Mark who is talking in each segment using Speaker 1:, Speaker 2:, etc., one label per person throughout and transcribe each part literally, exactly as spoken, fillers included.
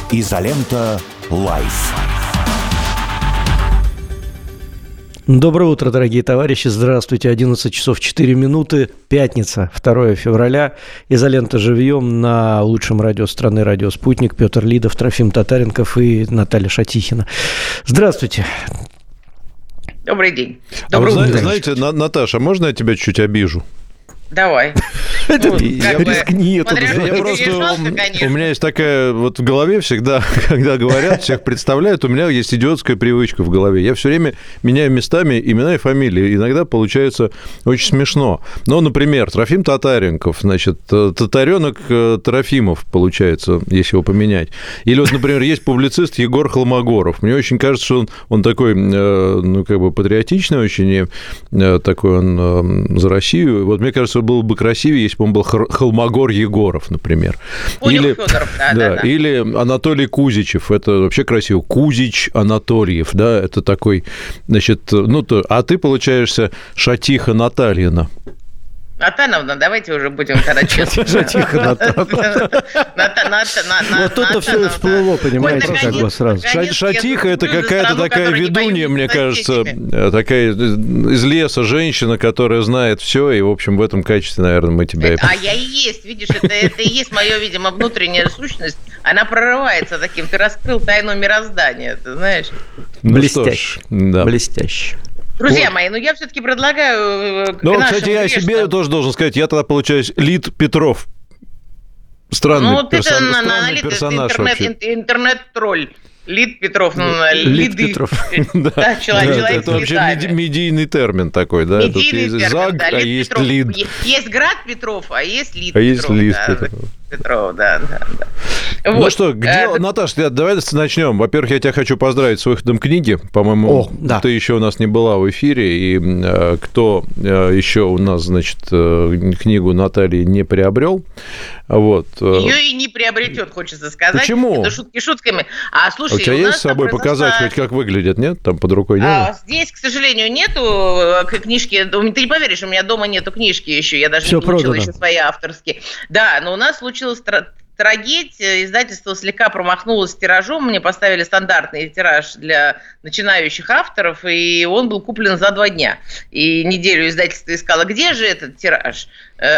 Speaker 1: Изолента Лайф.
Speaker 2: Доброе утро, дорогие товарищи. Здравствуйте. одиннадцать часов четыре минуты. Пятница, второе февраля. Изолента живьем на лучшем радио страны, радио «Спутник». Петр Лидов, Трофим Татаренков и Наталья Шатихина. Здравствуйте.
Speaker 3: Добрый день.
Speaker 4: Добрый а вы знаете, знаете, Наташа, можно я тебя чуть обижу?
Speaker 3: Давай.
Speaker 2: Это рискни. У
Speaker 4: меня есть такая вот в голове всегда, когда говорят, всех представляют, у меня есть идиотская привычка в голове. Я все время меняю местами имена и фамилии. Иногда получается очень смешно. Ну, например, Трофим Татаренков, значит, Татаренок Трофимов получается, если его поменять. Или вот, например, есть публицист Егор Холмогоров. Мне очень кажется, что он, он такой, ну, как бы патриотичный очень, такой он за Россию. Вот мне кажется, было бы красивее, если бы он был Холмогор Егоров, например. Или, Федоров, да, да, да. Или Анатолий Кузичев. Это вообще красиво. Кузич Анатольев, да, это такой, значит, ну, то, а ты получаешься Шатиха Натальина.
Speaker 3: Натановна, давайте уже будем тогда честны.
Speaker 2: Тихо, Натановна. Вот тут-то все всплыло, понимаете, как бы сразу.
Speaker 4: Шатиха – это какая-то такая ведунья, мне кажется, такая из леса женщина, которая знает все, и, в общем, в этом качестве, наверное, мы тебя...
Speaker 3: А я и есть, видишь, это и есть моя, видимо, внутренняя сущность. Она прорывается таким. Ты раскрыл тайну мироздания, ты знаешь?
Speaker 2: Блестяще. Блестяще.
Speaker 3: Друзья
Speaker 4: вот.
Speaker 3: мои, ну я все-таки предлагаю...
Speaker 4: Ну, кстати, я грешным... себе тоже должен сказать, я тогда получаюсь Лид Петров. Странный,
Speaker 3: ну,
Speaker 4: персон...
Speaker 3: это,
Speaker 4: странный
Speaker 3: на, на,
Speaker 4: персонаж
Speaker 3: интернет,
Speaker 4: вообще.
Speaker 3: Интернет-тролль. Лид Петров, ну,
Speaker 2: Лид
Speaker 3: лиды.
Speaker 2: Петров.
Speaker 3: Да, человек,
Speaker 4: да,
Speaker 3: человек
Speaker 4: это вообще медийный термин такой, да?
Speaker 3: Медийный
Speaker 4: Тут есть
Speaker 3: термин,
Speaker 4: Заг,
Speaker 3: да,
Speaker 4: а есть
Speaker 3: Петров.
Speaker 4: Лид.
Speaker 3: Есть Град Петров, а есть Лид
Speaker 4: а
Speaker 3: Петров.
Speaker 4: есть Лид
Speaker 3: да,
Speaker 4: Петров.
Speaker 3: Петров, да, да, да.
Speaker 4: Ну
Speaker 3: Вот.
Speaker 4: что, где... а, Наташа, давай начнем. Во-первых, я тебя хочу поздравить с выходом книги. По-моему,
Speaker 2: О, да.
Speaker 4: ты еще у нас не была в эфире, и э, кто э, еще у нас, значит, э, книгу Натальи не приобрел, вот.
Speaker 3: Ее и не приобретет, хочется сказать.
Speaker 4: Почему?
Speaker 3: Это шутки шутками. А, слушай,
Speaker 4: а у тебя
Speaker 3: у
Speaker 4: есть
Speaker 3: нас
Speaker 4: с собой
Speaker 3: произошла...
Speaker 4: показать, хоть как выглядит, нет? Там под рукой нет?
Speaker 3: А, здесь, к сожалению, нету книжки. Ты не поверишь, у меня дома нету книжки еще. Я даже
Speaker 2: Всё
Speaker 3: не получила
Speaker 2: продано.
Speaker 3: еще свои авторские. Да, но у нас случилось... трагедия. Издательство слегка промахнулось с тиражом. Мне поставили стандартный тираж для начинающих авторов, и он был куплен за два дня. И неделю издательство искало, где же этот тираж.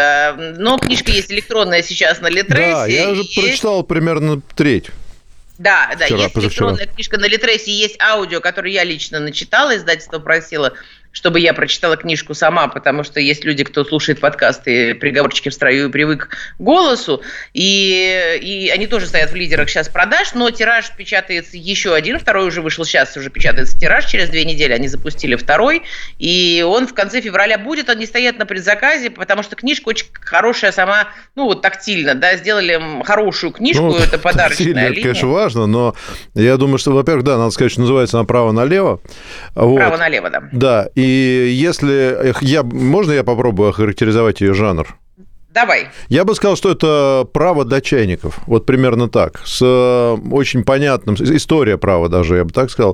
Speaker 3: Но книжка есть электронная сейчас на Литресе.
Speaker 4: Да, я уже
Speaker 3: есть...
Speaker 4: прочитал примерно треть.
Speaker 3: Да, да,
Speaker 4: Вчера,
Speaker 3: есть
Speaker 4: позавчера.
Speaker 3: электронная книжка на Литресе, есть аудио, которое я лично начитала. Издательство просило, чтобы я прочитала книжку сама, потому что есть люди, кто слушает подкасты «Приговорчики в строю» и привык к голосу, и, и они тоже стоят в лидерах сейчас продаж, но тираж печатается еще один, второй уже вышел сейчас, уже печатается тираж, через две недели они запустили второй, и он в конце февраля будет, они стоят на предзаказе, потому что книжка очень хорошая сама, ну вот тактильно, да, сделали хорошую книжку, ну, это подарочная линия.
Speaker 4: Это, конечно, важно, но я думаю, что, во-первых, да, надо сказать, что называется она «Право-налево». Вот.
Speaker 3: Право-налево, да.
Speaker 4: Да, и если... Я, можно я попробую охарактеризовать ее жанр?
Speaker 3: Давай.
Speaker 4: Я бы сказал, что это право до чайников. Вот примерно так. С очень понятным... История права даже, я бы так сказал.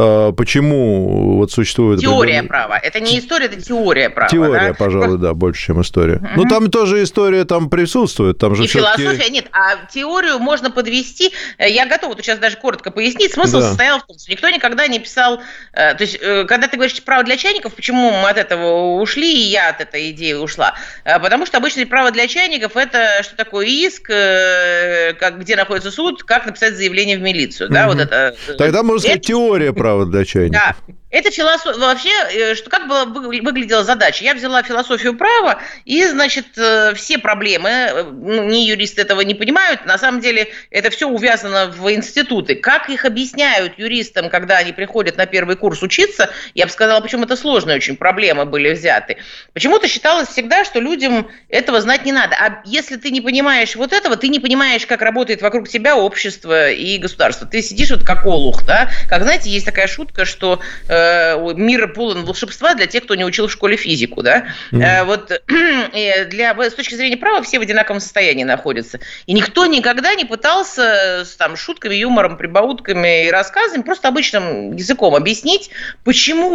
Speaker 4: Почему вот существует...
Speaker 3: Теория права. Это не история, это теория права.
Speaker 4: Теория,
Speaker 3: да?
Speaker 4: пожалуй, да, больше, чем история.
Speaker 3: Uh-huh.
Speaker 4: Но там тоже история там присутствует. Там же
Speaker 3: и
Speaker 4: все-таки...
Speaker 3: философия, нет. А теорию можно подвести... Я готова тут сейчас даже коротко пояснить. Смысл да. состоял в том, что никто никогда не писал... То есть, когда ты говоришь право для чайников, почему мы от этого ушли, и я от этой идеи ушла? Потому что обычно право для чайников – это что такое иск, как, где находится суд, как написать заявление в милицию. Да,
Speaker 4: угу.
Speaker 3: вот это,
Speaker 4: Тогда, можно сказать,
Speaker 3: это...
Speaker 4: теория права для чайников.
Speaker 3: Да. Это философия. Вообще, что, как была, выглядела задача? Я взяла философию права, и, значит, все проблемы, ну, не юристы этого не понимают, на самом деле это все увязано в институты. Как их объясняют юристам, когда они приходят на первый курс учиться, я бы сказала, почему это сложные очень проблемы были взяты. Почему-то считалось всегда, что людям этого знать не надо. А если ты не понимаешь вот этого, ты не понимаешь, как работает вокруг тебя общество и государство. Ты сидишь вот как олух, да? Как, знаете, есть такая шутка, что мир полон волшебства для тех, кто не учил в школе физику, да, mm. вот для, с точки зрения права все в одинаковом состоянии находятся, и никто никогда не пытался с там, шутками, юмором, прибаутками и рассказами, просто обычным языком объяснить, почему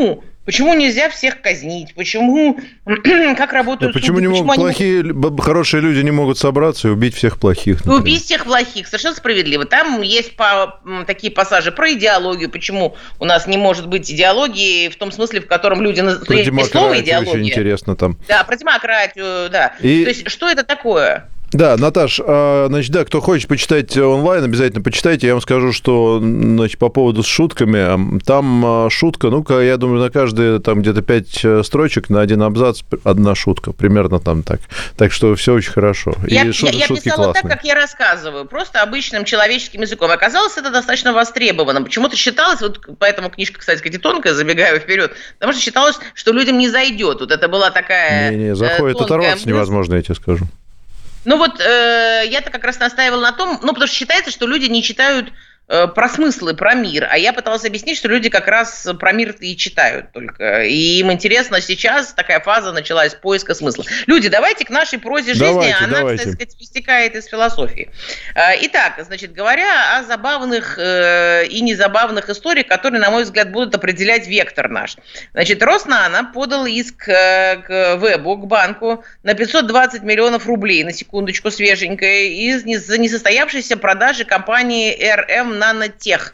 Speaker 3: Почему нельзя всех казнить? Почему, как работают
Speaker 4: да почему
Speaker 3: суды?
Speaker 4: Не
Speaker 3: почему
Speaker 4: могут плохие, не... хорошие люди не могут собраться и убить всех плохих?
Speaker 3: Например. Убить всех плохих, совершенно справедливо. Там есть по, такие пассажи про идеологию, почему у нас не может быть идеологии в том смысле, в котором люди...
Speaker 4: Про демократию слово идеология. Очень интересно там.
Speaker 3: Да, про демократию, да. И... То есть что это такое?
Speaker 4: Да, Наташ, значит, да, кто хочет почитать онлайн, обязательно почитайте. Я вам скажу, что, значит, по поводу с шутками, там шутка, ну-ка, я думаю, на каждые там где-то пять строчек, на один абзац одна шутка, примерно там так. Так что все очень хорошо.
Speaker 3: Я,
Speaker 4: И шут,
Speaker 3: я, я
Speaker 4: шутки
Speaker 3: писала
Speaker 4: классные.
Speaker 3: Так, как я рассказываю, просто обычным человеческим языком. Оказалось, это достаточно востребовано. Почему-то считалось, вот поэтому книжка, кстати, сказать, тонкая, забегаю вперед, потому что считалось, что людям не зайдет. Вот это была такая...
Speaker 4: Не-не, заходит, оторваться невозможно, я тебе скажу.
Speaker 3: Ну вот э, я-то как раз настаивала на том, ну потому что считается, что люди не читают э, про смыслы, про мир, а я пыталась объяснить, что люди как раз про мир-то и читают только, и им интересно сейчас, такая фаза началась поиска смысла. Люди, давайте к нашей прозе жизни,
Speaker 4: давайте,
Speaker 3: она,
Speaker 4: давайте.
Speaker 3: так сказать, истекает из философии. Э, итак, значит, говоря о забавных э, и незабавных историях, которые, на мой взгляд, будут определять вектор наш. Значит, Роснано подал иск э, к Вебу, к банку, на пятьсот двадцать миллионов рублей, на секундочку, свеженькая, из-за несостоявшейся продажи компании эр эм Нанотех.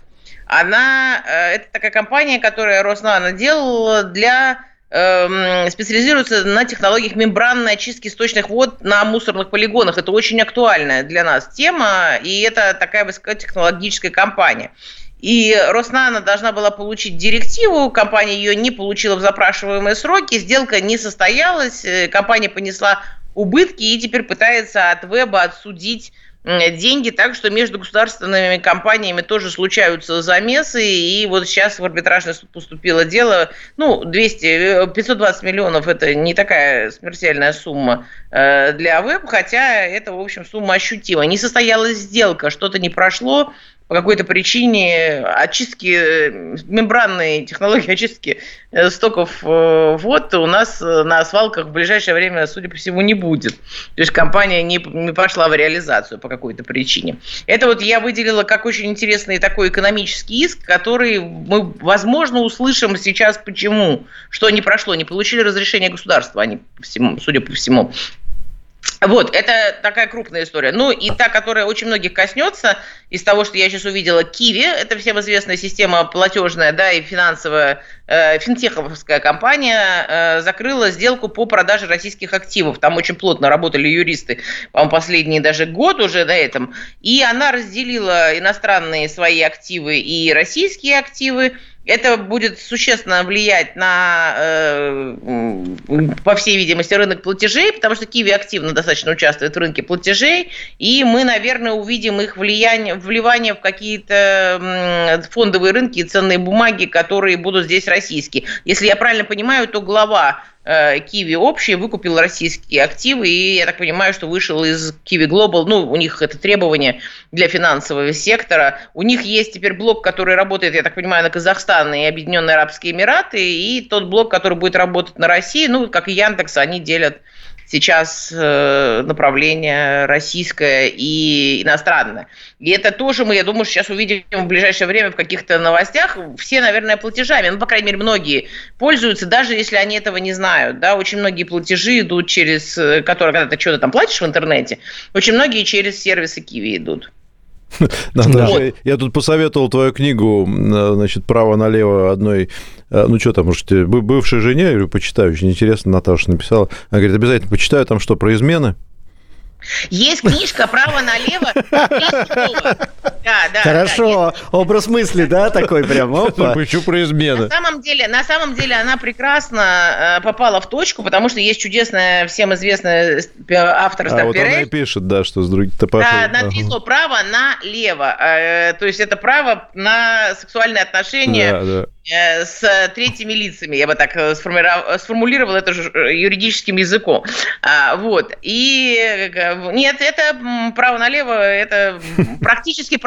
Speaker 3: Она, это такая компания, которая Роснано делала для, э, специализируется на технологиях мембранной очистки сточных вод на мусорных полигонах. Это очень актуальная для нас тема, и это такая высокотехнологическая компания. И Роснано должна была получить директиву, компания ее не получила в запрашиваемые сроки, сделка не состоялась, компания понесла убытки и теперь пытается от Веба отсудить деньги, так что между государственными компаниями тоже случаются замесы, и вот сейчас в арбитражный суд поступило дело, ну, двести, пятьсот двадцать миллионов это не такая смертельная сумма для Веб, хотя это, в общем, сумма ощутима. Не состоялась сделка, что-то не прошло, по какой-то причине очистки, мембранной технологии очистки стоков вод у нас на свалках в ближайшее время, судя по всему, не будет. То есть компания не, не пошла в реализацию по какой-то причине. Это вот я выделила как очень интересный такой экономический иск, который мы, возможно, услышим сейчас почему. Что не прошло, не получили разрешение государства, они, судя по всему. Вот, это такая крупная история. Ну, и та, которая очень многих коснется, из того, что я сейчас увидела, Киви, это всем известная система платежная, да, и финансовая, э, финтеховская компания, э, закрыла сделку по продаже российских активов. Там очень плотно работали юристы, по-моему, последний даже год уже на этом. И она разделила иностранные свои активы и российские активы. Это будет существенно влиять на, э, по всей видимости, рынок платежей, потому что Киви активно достаточно участвует в рынке платежей, и мы, наверное, увидим их влияние, вливание в какие-то фондовые рынки и ценные бумаги, которые будут здесь российские. Если я правильно понимаю, то глава Киви общий выкупил российские активы, и я так понимаю, что вышел из Киви Global, ну, у них это требование для финансового сектора. У них есть теперь блок, который работает, я так понимаю, на Казахстан и Объединенные Арабские Эмираты, и тот блок, который будет работать на России, ну, как и Яндекс, они делят сейчас направление российское и иностранное. И это тоже мы, я думаю, сейчас увидим в ближайшее время в каких-то новостях. Все, наверное, платежами, ну, по крайней мере, многие пользуются, даже если они этого не знают. Да? Очень многие платежи идут через, которые, когда ты что-то там платишь в интернете, очень многие через сервисы Киви идут.
Speaker 4: Наташа, вот. Я тут посоветовал твою книгу, значит, «Право налево» одной, ну что там, может, бывшей жене, я говорю, почитаю, очень интересно, Наташа написала. Она говорит, обязательно почитаю, там что, про измены?
Speaker 3: Есть книжка «Право налево». Да, да,
Speaker 2: хорошо, да, образ мысли, да, такой прям.
Speaker 4: Почему про измены?
Speaker 3: На самом деле, на самом деле она прекрасно попала в точку, потому что есть чудесная, всем известная автор
Speaker 4: а, вот она и пишет, да, что с другим то пошел.
Speaker 3: Да, на три слова «право налево». То есть это право на сексуальные отношения. Да, да. С третьими лицами, я бы так сформулировала это юридическим языком. Вот. И нет, это право налево, это практически право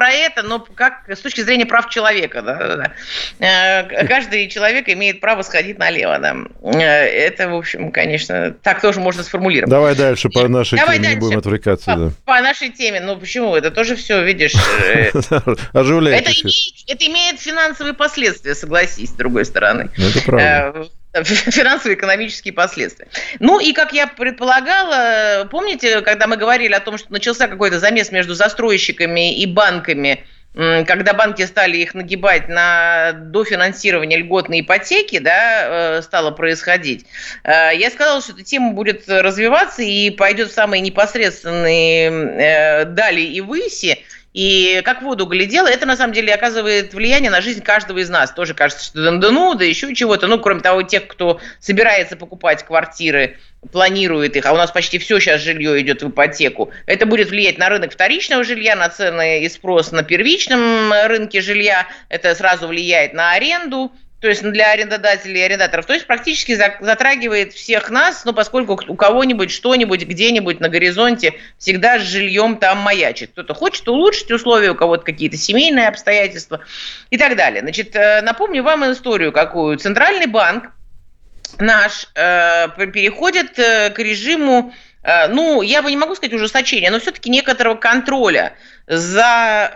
Speaker 3: про это, но как с точки зрения прав человека. Да? Каждый человек имеет право сходить налево. Да? Это, в общем, конечно, так тоже можно сформулировать.
Speaker 4: Давай дальше по нашей
Speaker 3: Давай
Speaker 4: теме,
Speaker 3: дальше.
Speaker 4: не будем отвлекаться.
Speaker 3: По,
Speaker 4: да.
Speaker 3: по нашей теме. Ну, почему? Это тоже все, видишь...
Speaker 4: Оживляет.
Speaker 3: Это имеет, это имеет финансовые последствия, согласись, с другой стороны.
Speaker 4: Это правда.
Speaker 3: Финансово-экономические последствия. Ну и, как я предполагала, помните, когда мы говорили о том, что начался какой-то замес между застройщиками и банками, когда банки стали их нагибать на дофинансирование льготной ипотеки, да, стало происходить. Я сказала, что эта тема будет развиваться и пойдет в самые непосредственные дали и выси. И как в воду глядела, это на самом деле оказывает влияние на жизнь каждого из нас. Тоже кажется, что да ну, да еще чего-то. Ну, кроме того, тех, кто собирается покупать квартиры, планирует их, а у нас почти все сейчас жилье идет в ипотеку. Это будет влиять на рынок вторичного жилья, на цены и спрос на первичном рынке жилья. Это сразу влияет на аренду. То есть для арендодателей и арендаторов. То есть практически затрагивает всех нас, ну, поскольку у кого-нибудь что-нибудь где-нибудь на горизонте всегда с жильем там маячит. Кто-то хочет улучшить условия, у кого-то какие-то семейные обстоятельства и так далее. Значит, напомню вам историю какую. Центральный банк наш э, переходит к режиму, э, ну, я бы не могу сказать ужесточения, но все-таки некоторого контроля за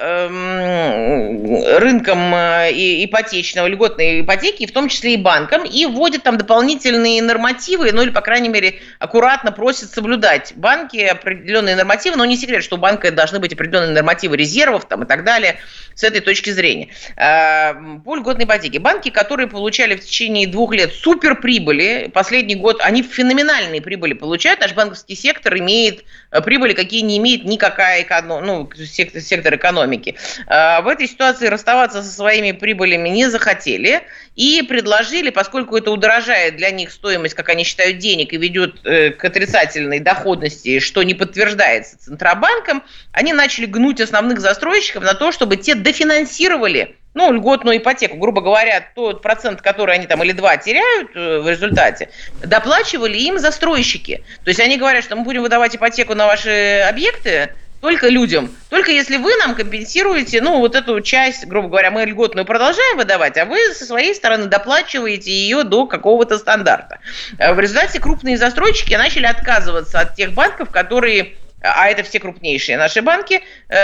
Speaker 3: э, рынком ипотечного, льготной ипотеки, в том числе и банкам, и вводит там дополнительные нормативы, ну или, по крайней мере, аккуратно просит соблюдать банки определенные нормативы, но не секрет, что у банка должны быть определенные нормативы резервов там, и так далее с этой точки зрения. Э, по льготной ипотеке. Банки, которые получали в течение двух лет суперприбыли, последний год, они феноменальные прибыли получают, наш банковский сектор имеет прибыли, какие не имеет никакая эконом... ну, сектор, сектор экономики. В этой ситуации расставаться со своими прибылями не захотели и предложили, поскольку это удорожает для них стоимость, как они считают, денег и ведет к отрицательной доходности, что не подтверждается Центробанком, они начали гнуть основных застройщиков на то, чтобы те дофинансировали, ну, льготную ипотеку, грубо говоря, тот процент, который они там или два теряют в результате, доплачивали им застройщики. То есть они говорят, что мы будем выдавать ипотеку на ваши объекты только людям, только если вы нам компенсируете, ну, вот эту часть, грубо говоря, мы льготную продолжаем выдавать, а вы со своей стороны доплачиваете ее до какого-то стандарта. В результате крупные застройщики начали отказываться от тех банков, которые... а это все крупнейшие наши банки,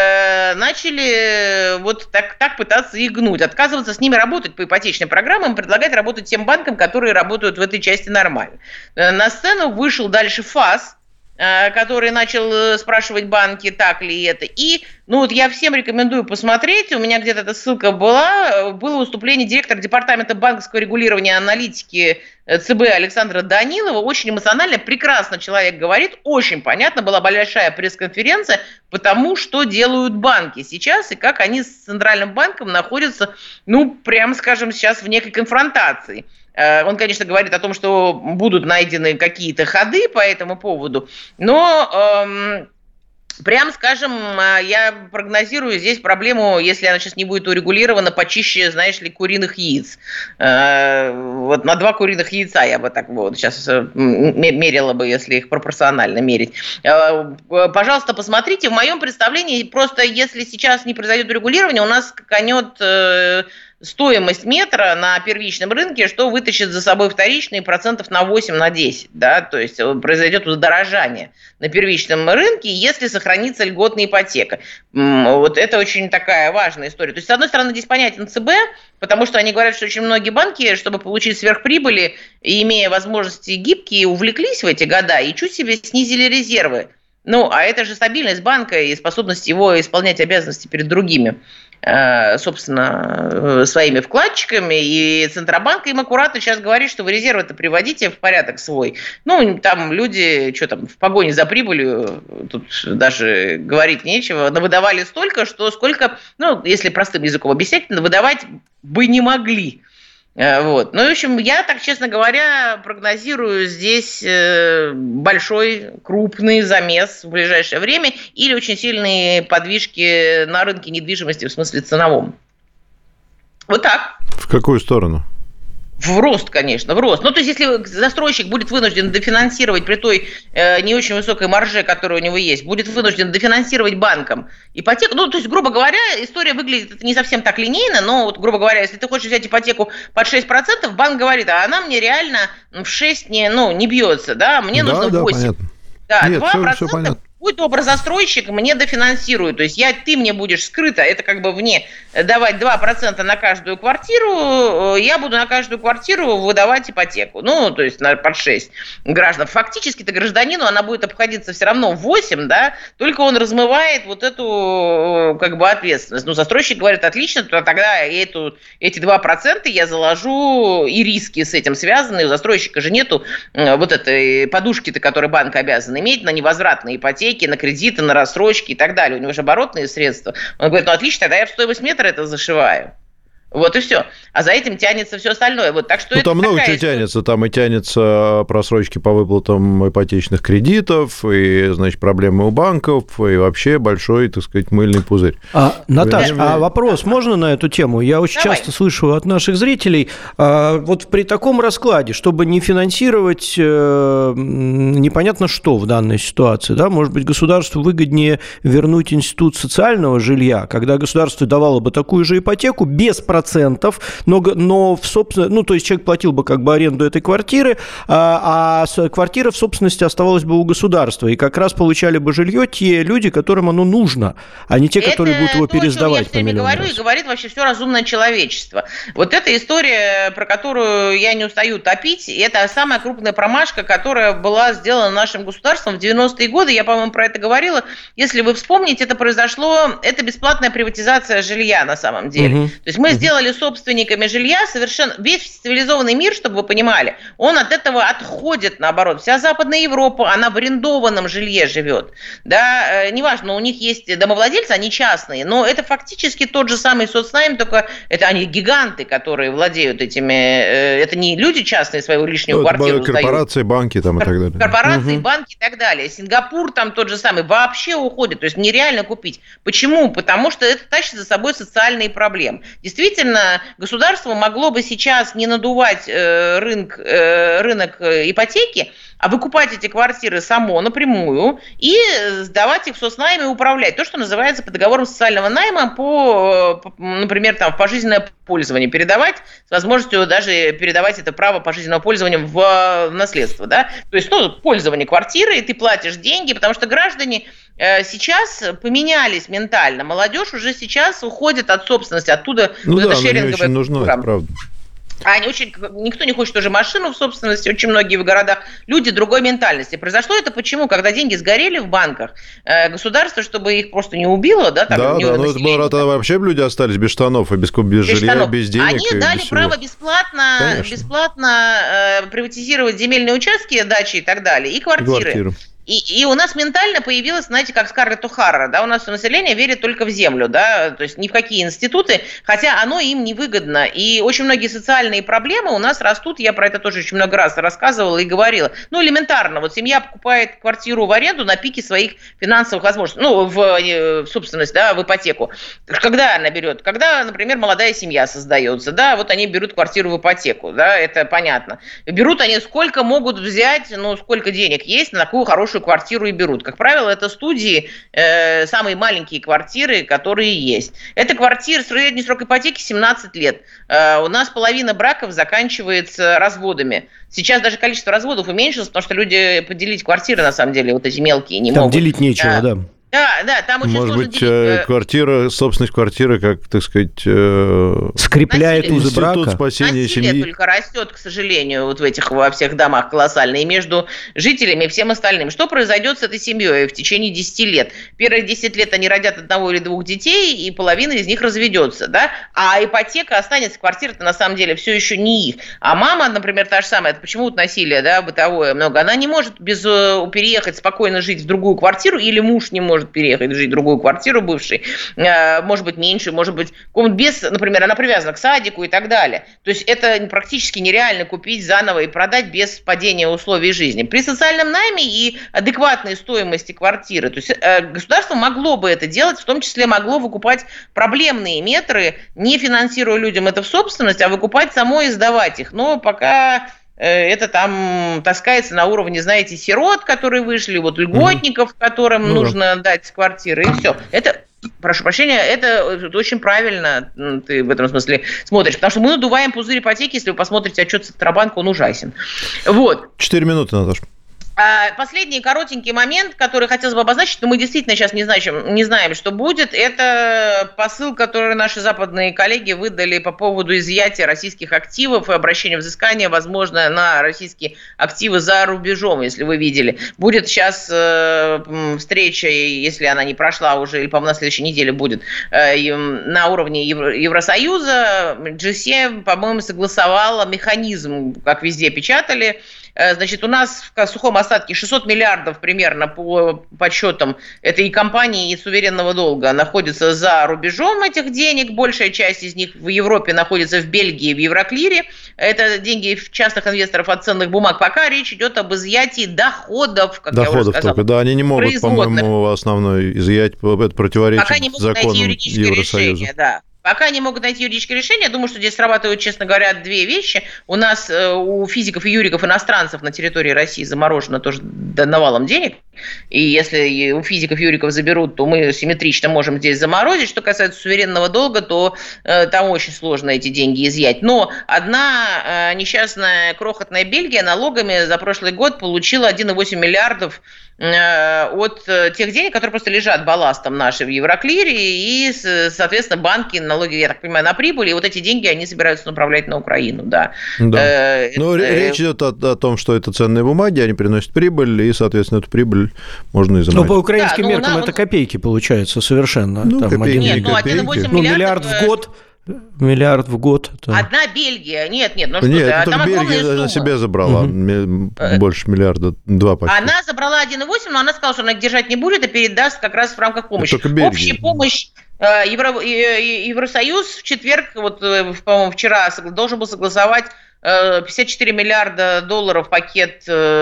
Speaker 3: э, начали вот так, так пытаться их гнуть, отказываться с ними работать по ипотечным программам, предлагать работать тем банкам, которые работают в этой части нормально. На сцену вышел дальше ФАС, э, который начал спрашивать банки, так ли это. И, ну вот я всем рекомендую посмотреть, у меня где-то эта ссылка была, было выступление директора департамента банковского регулирования и аналитики ЦБ Александра Данилова, очень эмоционально, прекрасно человек говорит, очень понятно, была большая пресс-конференция по тому, что делают банки сейчас и как они с Центральным банком находятся, ну, прямо скажем, сейчас в некой конфронтации. Он, конечно, говорит о том, что будут найдены какие-то ходы по этому поводу, но... Эм, Прям скажем, я прогнозирую здесь проблему, если она сейчас не будет урегулирована, почище, знаешь ли, куриных яиц. Вот на два куриных яйца я бы так вот сейчас мерила бы, если их пропорционально мерить. Пожалуйста, посмотрите. В моем представлении, просто если сейчас не произойдет урегулирование, у нас скаканет стоимость метра на первичном рынке, что вытащит за собой вторичные процентов на восемь на десять. Да? То есть произойдет удорожание на первичном рынке, если сохранится льготная ипотека. Вот это очень такая важная история. То есть, с одной стороны, здесь понятен ЦБ, потому что они говорят, что очень многие банки, чтобы получить сверхприбыли, имея возможности гибкие, увлеклись в эти года и чуть себе снизили резервы. Ну, а это же стабильность банка и способность его исполнять обязанности перед другими, собственно, своими вкладчиками, и Центробанк им аккуратно сейчас говорит, что вы резервы-то приводите в порядок свой. Ну, там люди, что там, в погоне за прибылью, тут даже говорить нечего, навыдавали столько, что сколько, ну, если простым языком объяснять, навыдавать бы не могли. Вот. Ну, в общем, я, так честно говоря, прогнозирую здесь большой, крупный замес в ближайшее время или очень сильные подвижки на рынке недвижимости в смысле ценовом. Вот так.
Speaker 4: В какую сторону?
Speaker 3: В рост, конечно, в рост. Ну, то есть, если застройщик будет вынужден дофинансировать при той э, не очень высокой марже, которая у него есть, будет вынужден дофинансировать банком ипотеку, ну, то есть, грубо говоря, история выглядит не совсем так линейно, но, вот, грубо говоря, если ты хочешь взять ипотеку под шесть процентов, банк говорит, а она мне реально в шесть не, ну, не бьется, да, мне да, нужно восемь. Да, понятно. Да, Нет, два процента все, все понятно. Будь доброзастройщик, мне дофинансирует. То есть я, ты мне будешь скрыто, это как бы вне, давать два процента на каждую квартиру, я буду на каждую квартиру выдавать ипотеку. Ну, то есть на, под шесть граждан. Фактически-то гражданину она будет обходиться все равно в восемь, да, только он размывает вот эту как бы ответственность. Ну, застройщик говорит, отлично, то тогда эту, эти два процента я заложу, и риски с этим связаны. У застройщика же нету вот этой подушки-то, которую банк обязан иметь на невозвратные ипотеки, на кредиты, на рассрочки и так далее. У него же оборотные средства. Он говорит, ну отлично, тогда я в стоимость метра это зашиваю. Вот и все. А за этим тянется все остальное. Вот, так что
Speaker 4: ну,
Speaker 3: это
Speaker 4: там много чего
Speaker 3: история.
Speaker 4: тянется. Там и тянется просрочки по выплатам ипотечных кредитов, и, значит, проблемы у банков, и вообще большой, так сказать, мыльный пузырь.
Speaker 2: А, Наташ, да. а вопрос можно на эту тему? Я очень Давай. часто слышу от наших зрителей, а, вот при таком раскладе, чтобы не финансировать э, непонятно что в данной ситуации, да, может быть, государству выгоднее вернуть институт социального жилья, когда государство давало бы такую же ипотеку без процентов, но, но в собственно, ну, то есть человек платил бы как бы аренду этой квартиры, а, а квартира в собственности оставалась бы у государства, и как раз получали бы жилье те люди, которым оно нужно, а не те, это которые будут его то, пересдавать по миллиону
Speaker 3: говорю,
Speaker 2: раз.
Speaker 3: И говорит вообще все разумное человечество. Вот эта история, про которую я не устаю топить, это самая крупная промашка, которая была сделана нашим государством в девяностые годы, я, по-моему, про это говорила. Если вы вспомните, это произошло, это бесплатная приватизация жилья на самом деле. Угу. То есть мы сделали сделали собственниками жилья совершенно... Весь цивилизованный мир, чтобы вы понимали, он от этого отходит, наоборот. Вся Западная Европа, она в арендованном жилье живет. Да, неважно, у них есть домовладельцы, они частные, но это фактически тот же самый соцнайм, только это они гиганты, которые владеют этими... Это не люди частные свою лишнюю ну, квартиру сдают.
Speaker 4: Корпорации, банки там и так далее.
Speaker 3: Корпорации, угу. банки и так далее. Сингапур там тот же самый вообще уходит. То есть нереально купить. Почему? Потому что это тащит за собой социальные проблемы. Действительно, государство могло бы сейчас не надувать э, рынок, э, рынок ипотеки, а выкупать эти квартиры само напрямую и сдавать их в соцнайм и управлять. То, что называется по договорам социального найма, по, по, например, там, в пожизненное пользование передавать, с возможностью даже передавать это право пожизненного пользования в, в наследство. Да? То есть, ну, пользование квартирой, ты платишь деньги, потому что граждане э, сейчас поменялись ментально. Молодежь уже сейчас уходит от собственности, оттуда
Speaker 4: ну
Speaker 3: вот
Speaker 4: да,
Speaker 3: это шеринговое.
Speaker 4: Ну, нужно, это правда.
Speaker 3: А они очень, никто не хочет уже машину в собственности, очень многие в городах, люди другой ментальности. Произошло это почему? Когда деньги сгорели в банках, э, государство, чтобы их просто не убило, да, там,
Speaker 4: да,
Speaker 3: не
Speaker 4: да, ну это было, тогда вообще люди остались без штанов, и без, без, без жилья, штанов. Без денег.
Speaker 3: Они дали право бесплатно, бесплатно э, приватизировать земельные участки, дачи и так далее, и квартиры. И квартиры. И, и у нас ментально появилось, знаете, как Скарлетт О'Хара, да, у нас все население верит только в землю, да, то есть ни в какие институты, хотя оно им не выгодно. И очень многие социальные проблемы у нас растут, я про это тоже очень много раз рассказывала и говорила. Ну, элементарно, вот семья покупает квартиру в аренду на пике своих финансовых возможностей, ну, в, в собственность, да, в ипотеку. Когда она берет? Когда, например, молодая семья создается, да, вот они берут квартиру в ипотеку, да, это понятно. Берут они сколько могут взять, ну, сколько денег есть на такую хорошую квартиру и берут. Как правило, это студии, э, самые маленькие квартиры, которые есть. Это квартира, средний срок ипотеки семнадцать лет. Э, у нас половина браков заканчивается разводами. Сейчас даже количество разводов уменьшилось, потому что люди поделить квартиры, на самом деле, вот эти мелкие, не
Speaker 2: Там
Speaker 3: могут.
Speaker 2: Там делить нечего, да.
Speaker 3: да. Да, да, там очень
Speaker 4: Может
Speaker 3: сложно
Speaker 4: быть,
Speaker 3: делить.
Speaker 4: квартира, собственность квартиры, как, так сказать,
Speaker 2: скрепляет узы брака.
Speaker 4: Спасения семьи.
Speaker 3: Насилие только растет, к сожалению, вот в этих во всех домах колоссально, и между жителями и всем остальным. Что произойдет с этой семьей в течение десяти лет? Первые десять лет они родят одного или двух детей, и половина из них разведется, да? А ипотека останется, квартира-то на самом деле все еще не их. А мама, например, та же самая, это почему вот насилие, да, бытовое много, она не может без переехать спокойно жить в другую квартиру, или муж не может может переехать жить в другую квартиру бывшей, может быть, меньше, может быть, комнат без, например, она привязана к садику и так далее. То есть это практически нереально купить заново и продать без падения условий жизни. При социальном найме и адекватной стоимости квартиры, то есть государство могло бы это делать, в том числе могло выкупать проблемные метры, не финансируя людям это в собственность, а выкупать самой и сдавать их. Но пока это там таскается на уровне, знаете, сирот, которые вышли, вот льготников, которым ну, нужно да. дать квартиры, и все. Это, прошу прощения, это очень правильно ты в этом смысле смотришь, потому что мы надуваем пузырь ипотеки, если вы посмотрите отчет Центробанка, он ужасен. Вот.
Speaker 4: Четыре минуты, Наташа.
Speaker 3: Последний коротенький момент, который хотелось бы обозначить, но мы действительно сейчас не знаем, не знаем, что будет, это посыл, который наши западные коллеги выдали по поводу изъятия российских активов и обращения взыскания, возможно, на российские активы за рубежом, если вы видели. Будет сейчас э, встреча, если она не прошла уже, или, по-моему, на следующей неделе будет, э, на уровне Евро- Евросоюза. джи семь, по-моему, согласовала механизм, как везде печатали. Значит, у нас в сухом остатке шестьсот миллиардов примерно по подсчетам этой компании и суверенного долга находится за рубежом этих денег. Большая часть из них в Европе находится в Бельгии, в Евроклире. Это деньги частных инвесторов от ценных бумаг. Пока речь идет об изъятии доходов, как
Speaker 4: доходов
Speaker 3: я уже сказала.
Speaker 4: Только, да, они не могут, по-моему, основной изъять, это противоречит
Speaker 3: пока не могут
Speaker 4: законам
Speaker 3: найти юридическое
Speaker 4: Евросоюза.
Speaker 3: Решение, да. Пока не могут найти юридическое решение, я думаю, что здесь срабатывают, честно говоря, две вещи. У нас, у физиков и юриков иностранцев на территории России заморожено тоже навалом денег. И если у физиков и юриков заберут, то мы симметрично можем здесь заморозить. Что касается суверенного долга, то э, там очень сложно эти деньги изъять. Но одна э, несчастная крохотная Бельгия налогами за прошлый год получила один целых восемь миллиардов от тех денег, которые просто лежат балластом наши в Евроклире, и, соответственно, банки, налоги, я так понимаю, на прибыль, и вот эти деньги они собираются направлять на Украину, да.
Speaker 4: Да. Э, Но это... речь идет о, о том, что это ценные бумаги, они приносят прибыль, и, соответственно, эту прибыль можно изымать.
Speaker 2: Но по украинским да, меркам
Speaker 3: ну,
Speaker 2: это копейки получается совершенно.
Speaker 4: Ну,
Speaker 2: там
Speaker 4: копейки,
Speaker 2: один...
Speaker 3: Нет, ну, один целых восемь
Speaker 2: ну, миллиард в год. Миллиард в год. Это...
Speaker 3: Одна Бельгия. Нет, нет, ну что
Speaker 4: нет,
Speaker 3: ты, там
Speaker 4: Бельгия на себя забрала угу. больше миллиарда, два почти.
Speaker 3: Она забрала один целых восемь, но она сказала, что она их держать не будет и передаст как раз в рамках помощи. Общая помощь. Евро... Евросоюз в четверг, вот, по-моему, вчера должен был согласовать пятьдесят четыре миллиарда долларов пакет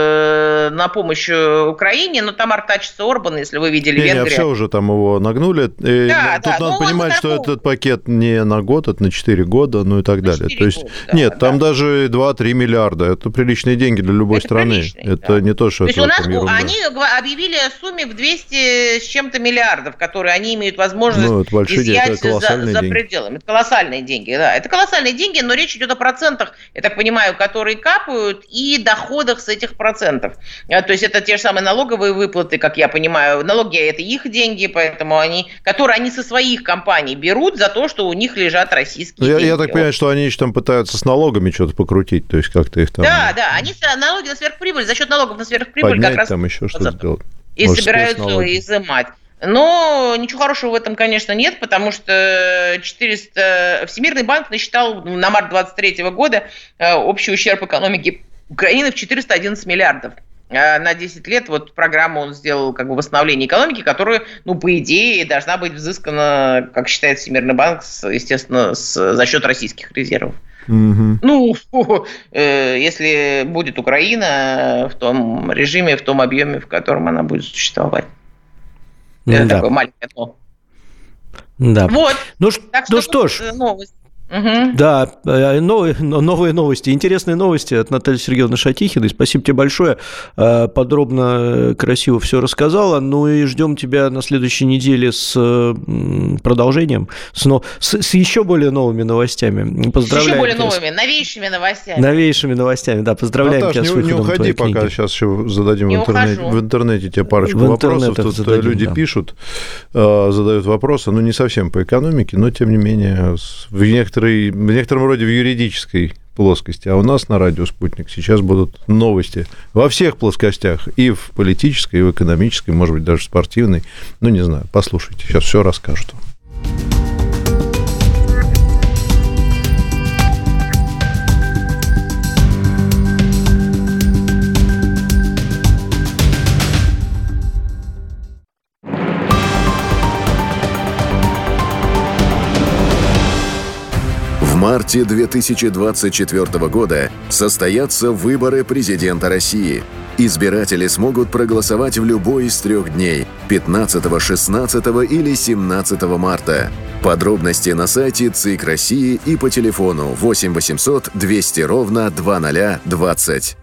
Speaker 3: на помощь Украине, но там артачится Орбан, если вы видели,
Speaker 4: не,
Speaker 3: Венгрия.
Speaker 4: Не, все уже там его нагнули. И
Speaker 3: да,
Speaker 4: тут
Speaker 3: да,
Speaker 4: надо понимать, что
Speaker 3: такого...
Speaker 4: этот пакет не на год, это на четыре года, ну и так
Speaker 3: на
Speaker 4: далее. То есть,
Speaker 3: года, да,
Speaker 4: нет,
Speaker 3: да.
Speaker 4: там даже два-три миллиарда. Это приличные деньги для любой
Speaker 3: это
Speaker 4: страны. Это
Speaker 3: да.
Speaker 4: не то, что
Speaker 3: то
Speaker 4: это
Speaker 3: есть у нас
Speaker 4: ерунда.
Speaker 3: они объявили о сумме в двести с чем-то миллиардов, которые они имеют возможность
Speaker 4: ну, это изъять
Speaker 3: это за, за пределами. Это колоссальные деньги, да. Это колоссальные деньги, но речь идет о процентах, я так понимаю, которые капают, и доходах с этих процентов. То есть это те же самые налоговые выплаты, как я понимаю. Налоги – это их деньги, поэтому они, которые они со своих компаний берут за то, что у них лежат российские
Speaker 4: я,
Speaker 3: деньги.
Speaker 4: Я так понимаю, что они еще там пытаются с налогами что-то покрутить, то есть как-то их там...
Speaker 3: Да, да, они налоги на сверхприбыль, за счет налогов на сверхприбыль
Speaker 4: поднять
Speaker 3: как раз...
Speaker 4: там еще что-то сделать.
Speaker 3: И Может, собираются изымать. Но ничего хорошего в этом, конечно, нет, потому что четыреста... Всемирный банк насчитал на март двадцать третьего года общий ущерб экономики Украины в четыреста одиннадцать миллиардов. На десять лет вот программу он сделал как бы восстановление экономики, которая, ну, по идее, должна быть взыскана, как считает Всемирный банк, естественно, с, за счет российских резервов.
Speaker 4: Угу.
Speaker 3: Ну, э, если будет Украина в том режиме, в том объеме, в котором она будет существовать. Это
Speaker 2: да.
Speaker 3: такое маленькое но.
Speaker 2: Да.
Speaker 3: Вот.
Speaker 2: Ну,
Speaker 3: так
Speaker 2: ну
Speaker 3: что,
Speaker 2: что ж.
Speaker 3: Новость. Угу.
Speaker 2: Да, новые, новые новости, интересные новости от Натальи Сергеевны Шатихиной. Спасибо тебе большое. Подробно, красиво все рассказала. Ну и ждем тебя на следующей неделе с продолжением, с, с, с еще более новыми новостями. Поздравляем.
Speaker 3: С еще более
Speaker 2: тебя
Speaker 3: новыми, с... новейшими новостями.
Speaker 2: Новейшими новостями, да. Поздравляем
Speaker 4: Наташ,
Speaker 2: тебя
Speaker 4: не,
Speaker 2: с выходом
Speaker 4: не уходи,
Speaker 2: твоей
Speaker 4: пока
Speaker 2: книги.
Speaker 4: Сейчас еще зададим в интернете, в интернете тебе парочку
Speaker 2: в
Speaker 4: вопросов. Тут
Speaker 2: зададим,
Speaker 4: люди
Speaker 2: да.
Speaker 4: пишут, задают вопросы, ну не совсем по экономике, но тем не менее в некоторых в некотором роде в юридической плоскости. А у нас на радио «Спутник» сейчас будут новости во всех плоскостях. И в политической, и в экономической, может быть, даже в спортивной. Ну, не знаю. Послушайте. Сейчас все расскажут.
Speaker 5: марте две тысячи двадцать четвёртого года состоятся выборы президента России. Избиратели смогут проголосовать в любой из трех дней – пятнадцатого, шестнадцатого или семнадцатого марта. Подробности на сайте ЦИК России и по телефону восемь восемьсот двести ровно два ноль двадцать.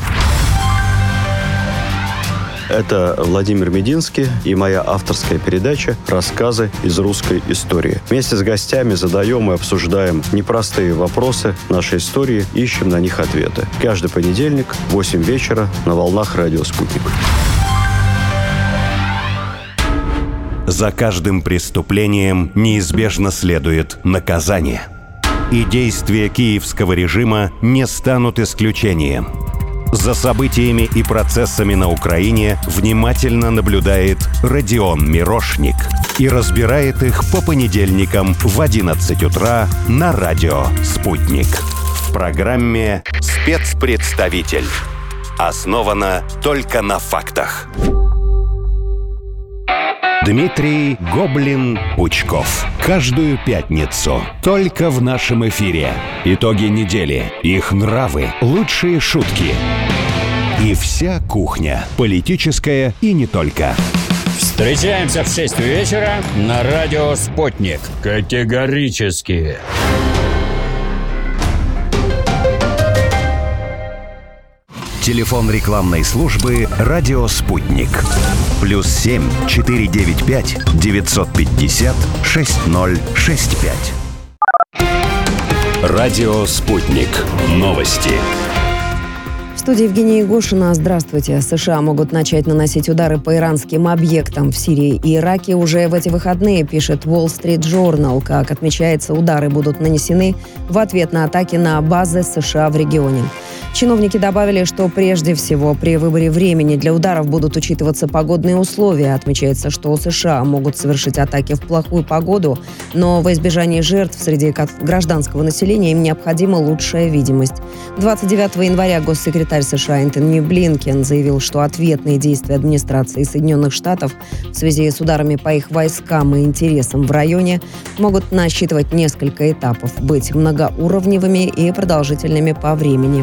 Speaker 6: Это Владимир Мединский и моя авторская передача «Рассказы из русской истории». Вместе с гостями задаем и обсуждаем непростые вопросы нашей истории, ищем на них ответы. Каждый понедельник в восемь вечера на волнах радио «Спутник».
Speaker 1: За каждым преступлением неизбежно следует наказание. И действия киевского режима не станут исключением. За событиями и процессами на Украине внимательно наблюдает Родион Мирошник и разбирает их по понедельникам в одиннадцать утра на радио «Спутник». В программе «Спецпредставитель». Основано только на фактах. Дмитрий Гоблин-Пучков. Каждую пятницу только в нашем эфире. Итоги недели, их нравы, лучшие шутки и вся кухня, политическая и не только.
Speaker 7: Встречаемся в шесть вечера на радио «Спутник». Категорически.
Speaker 1: Телефон рекламной службы «Радио Спутник». Плюс семь четыре девять пять девятьсот пятьдесят шесть ноль шесть пять. Радио «Спутник». Новости.
Speaker 8: В студии Евгения Егошина. Здравствуйте. США могут начать наносить удары по иранским объектам в Сирии и Ираке уже в эти выходные, пишет Wall Street Journal. Как отмечается, удары будут нанесены в ответ на атаки на базы США в регионе. Чиновники добавили, что прежде всего при выборе времени для ударов будут учитываться погодные условия. Отмечается, что США могут совершить атаки в плохую погоду, но во избежание жертв среди гражданского населения им необходима лучшая видимость. двадцать девятого января госсекретарь США Антони Блинкен заявил, что ответные действия администрации Соединенных Штатов в связи с ударами по их войскам и интересам в районе могут насчитывать несколько этапов, быть многоуровневыми и продолжительными по времени.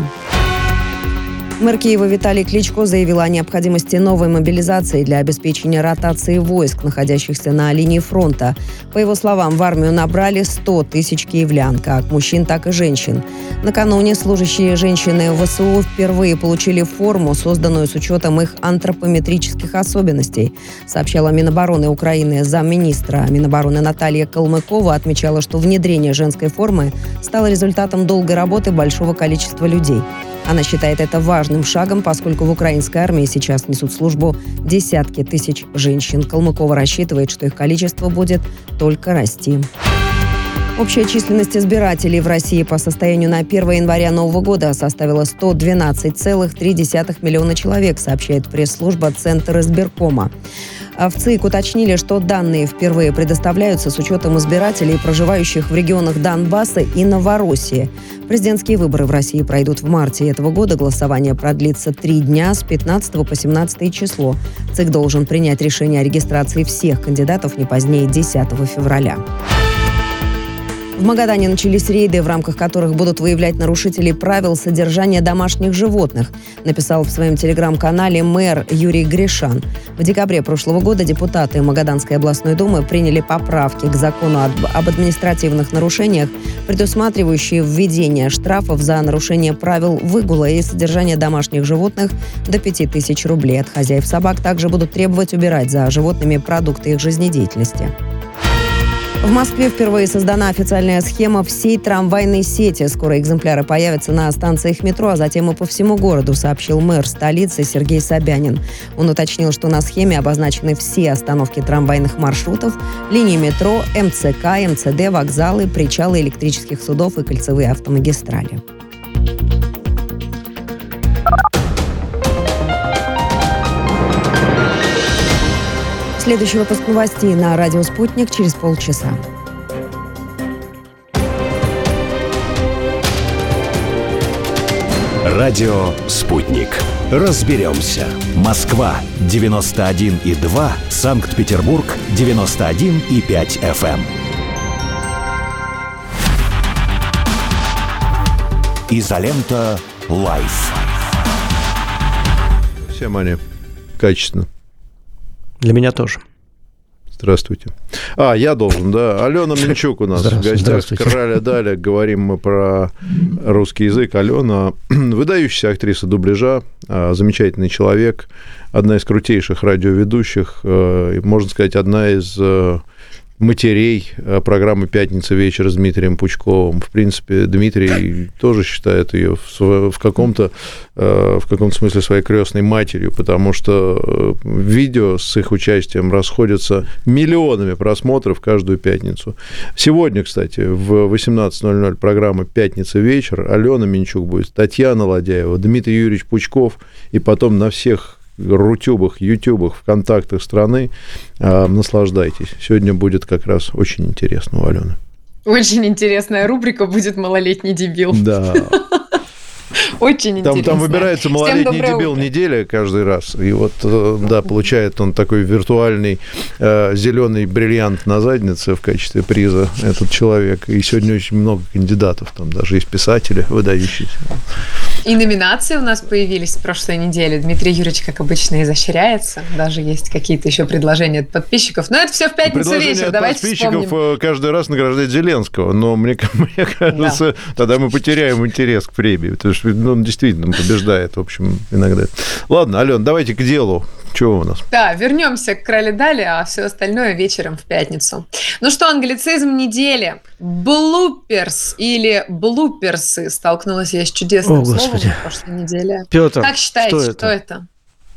Speaker 8: Мэр Киева Виталий Кличко заявил о необходимости новой мобилизации для обеспечения ротации войск, находящихся на линии фронта. По его словам, в армию набрали сто тысяч киевлян, как мужчин, так и женщин. Накануне служащие женщины ВСУ впервые получили форму, созданную с учетом их антропометрических особенностей, сообщала Минобороны Украины. Замминистра Минобороны Наталья Калмыкова отмечала, что внедрение женской формы стало результатом долгой работы большого количества людей. Она считает это важным шагом, поскольку в украинской армии сейчас несут службу десятки тысяч женщин. Калмыкова рассчитывает, что их количество будет только расти. Общая численность избирателей в России по состоянию на первое января нового года составила сто двенадцать целых три десятых миллиона человек, сообщает пресс-служба Центра избиркома. В ЦИК уточнили, что данные впервые предоставляются с учетом избирателей, проживающих в регионах Донбасса и Новороссии. Президентские выборы в России пройдут в марте этого года. Голосование продлится три дня с пятнадцатого по семнадцатое число. ЦИК должен принять решение о регистрации всех кандидатов не позднее десятого февраля. В Магадане начались рейды, в рамках которых будут выявлять нарушителей правил содержания домашних животных, написал в своем телеграм-канале мэр Юрий Гришан. В декабре прошлого года депутаты Магаданской областной думы приняли поправки к закону об административных нарушениях, предусматривающие введение штрафов за нарушение правил выгула и содержания домашних животных до пяти тысяч рублей. От хозяев собак также будут требовать убирать за животными продукты их жизнедеятельности. В Москве впервые создана официальная схема всей трамвайной сети. Скоро экземпляры появятся на станциях метро, а затем и по всему городу, сообщил мэр столицы Сергей Собянин. Он уточнил, что на схеме обозначены все остановки трамвайных маршрутов, линии метро, МЦК, МЦД, вокзалы, причалы электрических судов и кольцевые автомагистрали. Следующий выпуск новостей на радио «Спутник» через полчаса.
Speaker 1: Радио «Спутник». Разберемся. Москва девяносто один и два, Санкт-Петербург девяносто один и пять эф эм. Изолента Лайф.
Speaker 4: Всем они качественно.
Speaker 2: Для меня тоже.
Speaker 4: Здравствуйте. А, я должен, да. Алена Минчук у нас в гостях. Краля Даля. Говорим мы про русский язык. Алена выдающаяся актриса дубляжа, замечательный человек, одна из крутейших радиоведущих, можно сказать, одна из матерей программы «Пятница вечер» с Дмитрием Пучковым. В принципе, Дмитрий тоже считает ее в, в каком-то в каком-то смысле своей крестной матерью, потому что видео с их участием расходятся миллионами просмотров каждую пятницу. Сегодня, кстати, в восемнадцать ноль ноль программа «Пятница вечер» Алена Минчук будет, Татьяна Ладяева, Дмитрий Юрьевич Пучков, и потом на всех рутюбах, ютубах, вконтактах страны. А, наслаждайтесь. Сегодня будет как раз очень интересно у Алены.
Speaker 9: Очень интересная рубрика будет «Малолетний дебил».
Speaker 4: Да.
Speaker 9: Очень
Speaker 4: там,
Speaker 9: интересно.
Speaker 4: Там выбирается малолетний дебил утро. Недели каждый раз. И вот, да, получает он такой виртуальный э, зеленый бриллиант на заднице в качестве приза, этот человек. И сегодня очень много кандидатов. Там даже есть писатели выдающиеся.
Speaker 9: И номинации у нас появились в прошлой неделе. Дмитрий Юрьевич, как обычно, изощряется. Даже есть какие-то еще предложения от подписчиков. Но это все в пятницу вечер. Давайте
Speaker 4: подписчиков
Speaker 9: вспомним.
Speaker 4: Каждый раз награждает Зеленского. Но мне, мне кажется, да. Тогда мы потеряем интерес к премии. Потому что он действительно побеждает, в общем, иногда. Ладно, Ален, давайте к делу. Чего у нас?
Speaker 9: Да, вернемся к Крале Дали, а все остальное вечером в пятницу. Ну что, англицизм недели. Блуперс или блуперсы. Столкнулась я с чудесным
Speaker 2: О,
Speaker 9: словом
Speaker 2: Господи.
Speaker 9: на прошлой неделе.
Speaker 2: Петр,
Speaker 9: как считаете,
Speaker 2: что это?
Speaker 9: что это?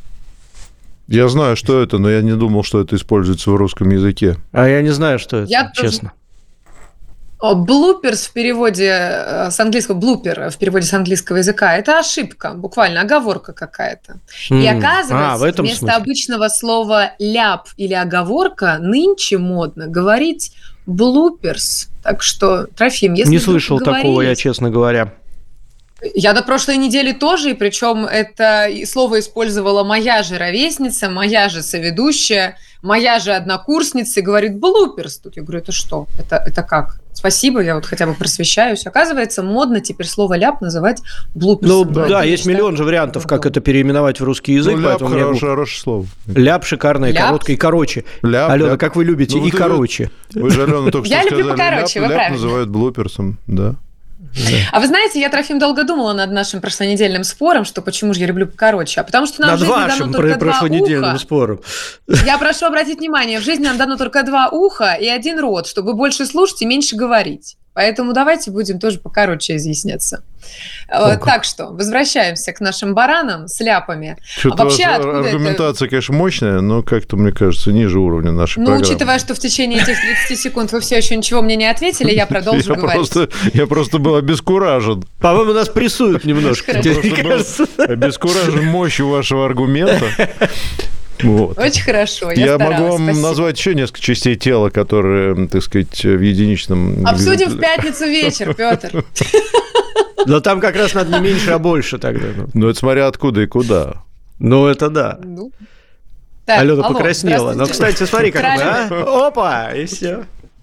Speaker 4: Я знаю, что это, но я не думал, что это используется в русском языке.
Speaker 2: А я не знаю, что это,
Speaker 9: я
Speaker 2: честно.
Speaker 9: Тоже... Блуперс в переводе с английского, блупер в переводе с английского языка, это ошибка, буквально оговорка какая-то. Mm. И оказывается, а, в этом вместо смысле? Обычного слова ляп или оговорка нынче модно говорить блуперс. Так что, Трофим, если
Speaker 2: не слышал такого, я, честно говоря.
Speaker 9: Я до прошлой недели тоже, и причем это слово использовала моя же ровесница, моя же соведущая, моя же однокурсница, и говорит блуперс. Тут я говорю, это что? Это, это как? Спасибо, я вот хотя бы просвещаюсь. Оказывается, модно теперь слово ляп называть блуперсом.
Speaker 2: Ну да, да есть миллион же вариантов, как это переименовать в русский язык.
Speaker 4: Ну, ляп хорошее, был... хорошее слово.
Speaker 2: Ляп шикарное, ляп? Короткое и короче. Ляп, Алена,
Speaker 4: ляп.
Speaker 2: Как вы любите, ну, и короче.
Speaker 4: Вы, вы же, Алена, только что
Speaker 9: я
Speaker 4: сказали,
Speaker 9: люблю покороче,
Speaker 4: ляп,
Speaker 9: вы
Speaker 4: ляп называют блуперсом, да.
Speaker 2: Да.
Speaker 9: А вы знаете, я, Трофим, долго думала над нашим прошлонедельным спором, что почему же я люблю покороче, а потому что нам
Speaker 2: над
Speaker 9: в жизни
Speaker 2: вашим
Speaker 9: дано только
Speaker 2: прошлонедельным
Speaker 9: два уха.
Speaker 2: Спором.
Speaker 9: Я прошу обратить внимание, в жизни нам дано только два уха и один рот, чтобы больше слушать и меньше говорить. Поэтому давайте будем тоже покороче изъясняться. О, так как. Что, возвращаемся к нашим баранам с ляпами.
Speaker 4: Что-то а вообще, аргументация, это... конечно, мощная, но как-то, мне кажется, ниже уровня нашей
Speaker 9: ну,
Speaker 4: программы.
Speaker 9: Ну, учитывая, что в течение этих тридцати секунд вы все еще ничего мне не ответили, я продолжу
Speaker 4: я
Speaker 9: говорить.
Speaker 4: Просто, я просто был обескуражен.
Speaker 2: По-моему, нас прессуют немножко.
Speaker 4: Я просто был обескуражен мощью вашего аргумента. Вот.
Speaker 9: Очень хорошо, я,
Speaker 4: я
Speaker 9: старалась,
Speaker 4: могу вам
Speaker 9: спасибо.
Speaker 4: назвать еще несколько частей тела, которые, так сказать, в единичном...
Speaker 9: Обсудим в пятницу вечер, Петр.
Speaker 2: Но там как раз надо не меньше, а больше тогда.
Speaker 4: Ну, это смотря откуда и куда.
Speaker 2: Ну, это да.
Speaker 9: Ну. Так,
Speaker 2: Алена
Speaker 9: алло,
Speaker 2: покраснела. Но, кстати, смотри, как мы, а? Опа, и все.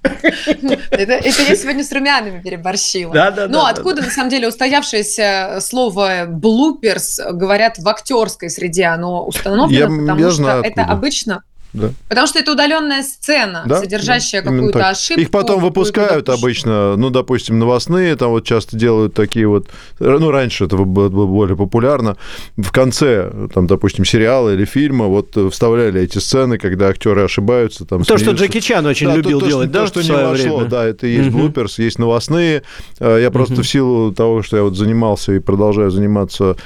Speaker 9: Это, это я сегодня с румянами переборщила.
Speaker 2: Да, да,
Speaker 9: Но
Speaker 2: да,
Speaker 9: откуда,
Speaker 2: да,
Speaker 9: на самом деле, устоявшееся слово блуперс, говорят, в актерской среде оно установлено,
Speaker 4: я,
Speaker 9: потому
Speaker 4: я
Speaker 9: что
Speaker 4: знаю,
Speaker 9: это
Speaker 4: откуда.
Speaker 9: обычно...
Speaker 4: Да.
Speaker 9: Потому что это удаленная сцена,
Speaker 4: да,
Speaker 9: содержащая
Speaker 4: да,
Speaker 9: какую-то ошибку.
Speaker 4: Их потом выпускают допустим. обычно, ну, допустим, новостные, там вот часто делают такие вот, ну, раньше это было более популярно, в конце, там, допустим, сериала или фильма вот вставляли эти сцены, когда актеры ошибаются. Там,
Speaker 2: то, смеются. Что Джеки Чан очень
Speaker 4: да,
Speaker 2: любил
Speaker 4: то,
Speaker 2: делать,
Speaker 4: то,
Speaker 2: да,
Speaker 4: что, то, что не вошло, время. Да, это и есть блуперс, uh-huh. есть новостные. Я просто uh-huh. в силу того, что я вот занимался и продолжаю заниматься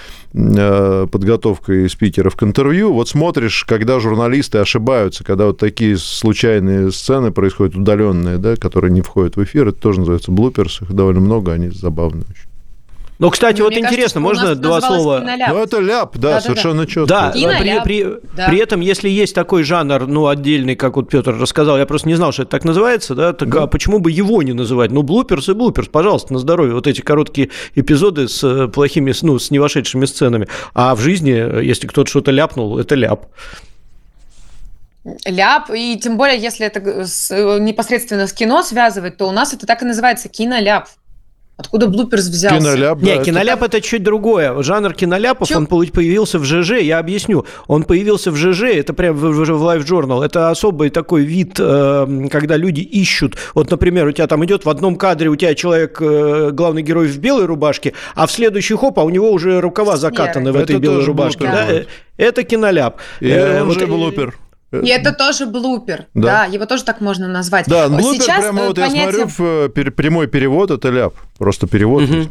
Speaker 4: подготовкой спикеров к интервью, вот смотришь, когда журналисты ошибаются, когда вот такие случайные сцены происходят, удаленные, да, которые не входят в эфир, это тоже называется блуперс, их довольно много, они забавные очень.
Speaker 2: Ну, кстати, ну, вот интересно, кажется, можно два слова?
Speaker 4: Ну, это ляп, да, да совершенно да, четко.
Speaker 2: Да, при, при, да. при этом, если есть такой жанр, ну, отдельный, как вот Петр рассказал, я просто не знал, что это так называется, да, так да. А почему бы его не называть? Ну, блуперс и блуперс, пожалуйста, на здоровье. Вот эти короткие эпизоды с плохими, ну, с не вошедшими сценами. А в жизни, если кто-то что-то ляпнул, это ляп.
Speaker 9: Ляп, и тем более, если это с, непосредственно с кино связывать, то у нас это так и называется киноляп. Откуда блуперс взялся?
Speaker 2: Киноляп, да. Не, киноляп это... это чуть другое. Жанр киноляпов, Чё? он появился в ЖЖ, я объясню. Он появился в ЖЖ, это прям в, в, в Life Journal. Это особый такой вид, э, когда люди ищут. Вот, например, у тебя там идет в одном кадре, у тебя человек, э, главный герой в белой рубашке, а в следующий хоп, а у него уже рукава закатаны в этой это белой рубашке. Да? Это киноляп.
Speaker 4: И э, он вот, же блупер.
Speaker 9: И это тоже блупер, да. да, его тоже так можно назвать.
Speaker 4: Да, блупер сейчас прямо вот понятие... я смотрю, в прямой перевод это ляп, просто перевод. Угу.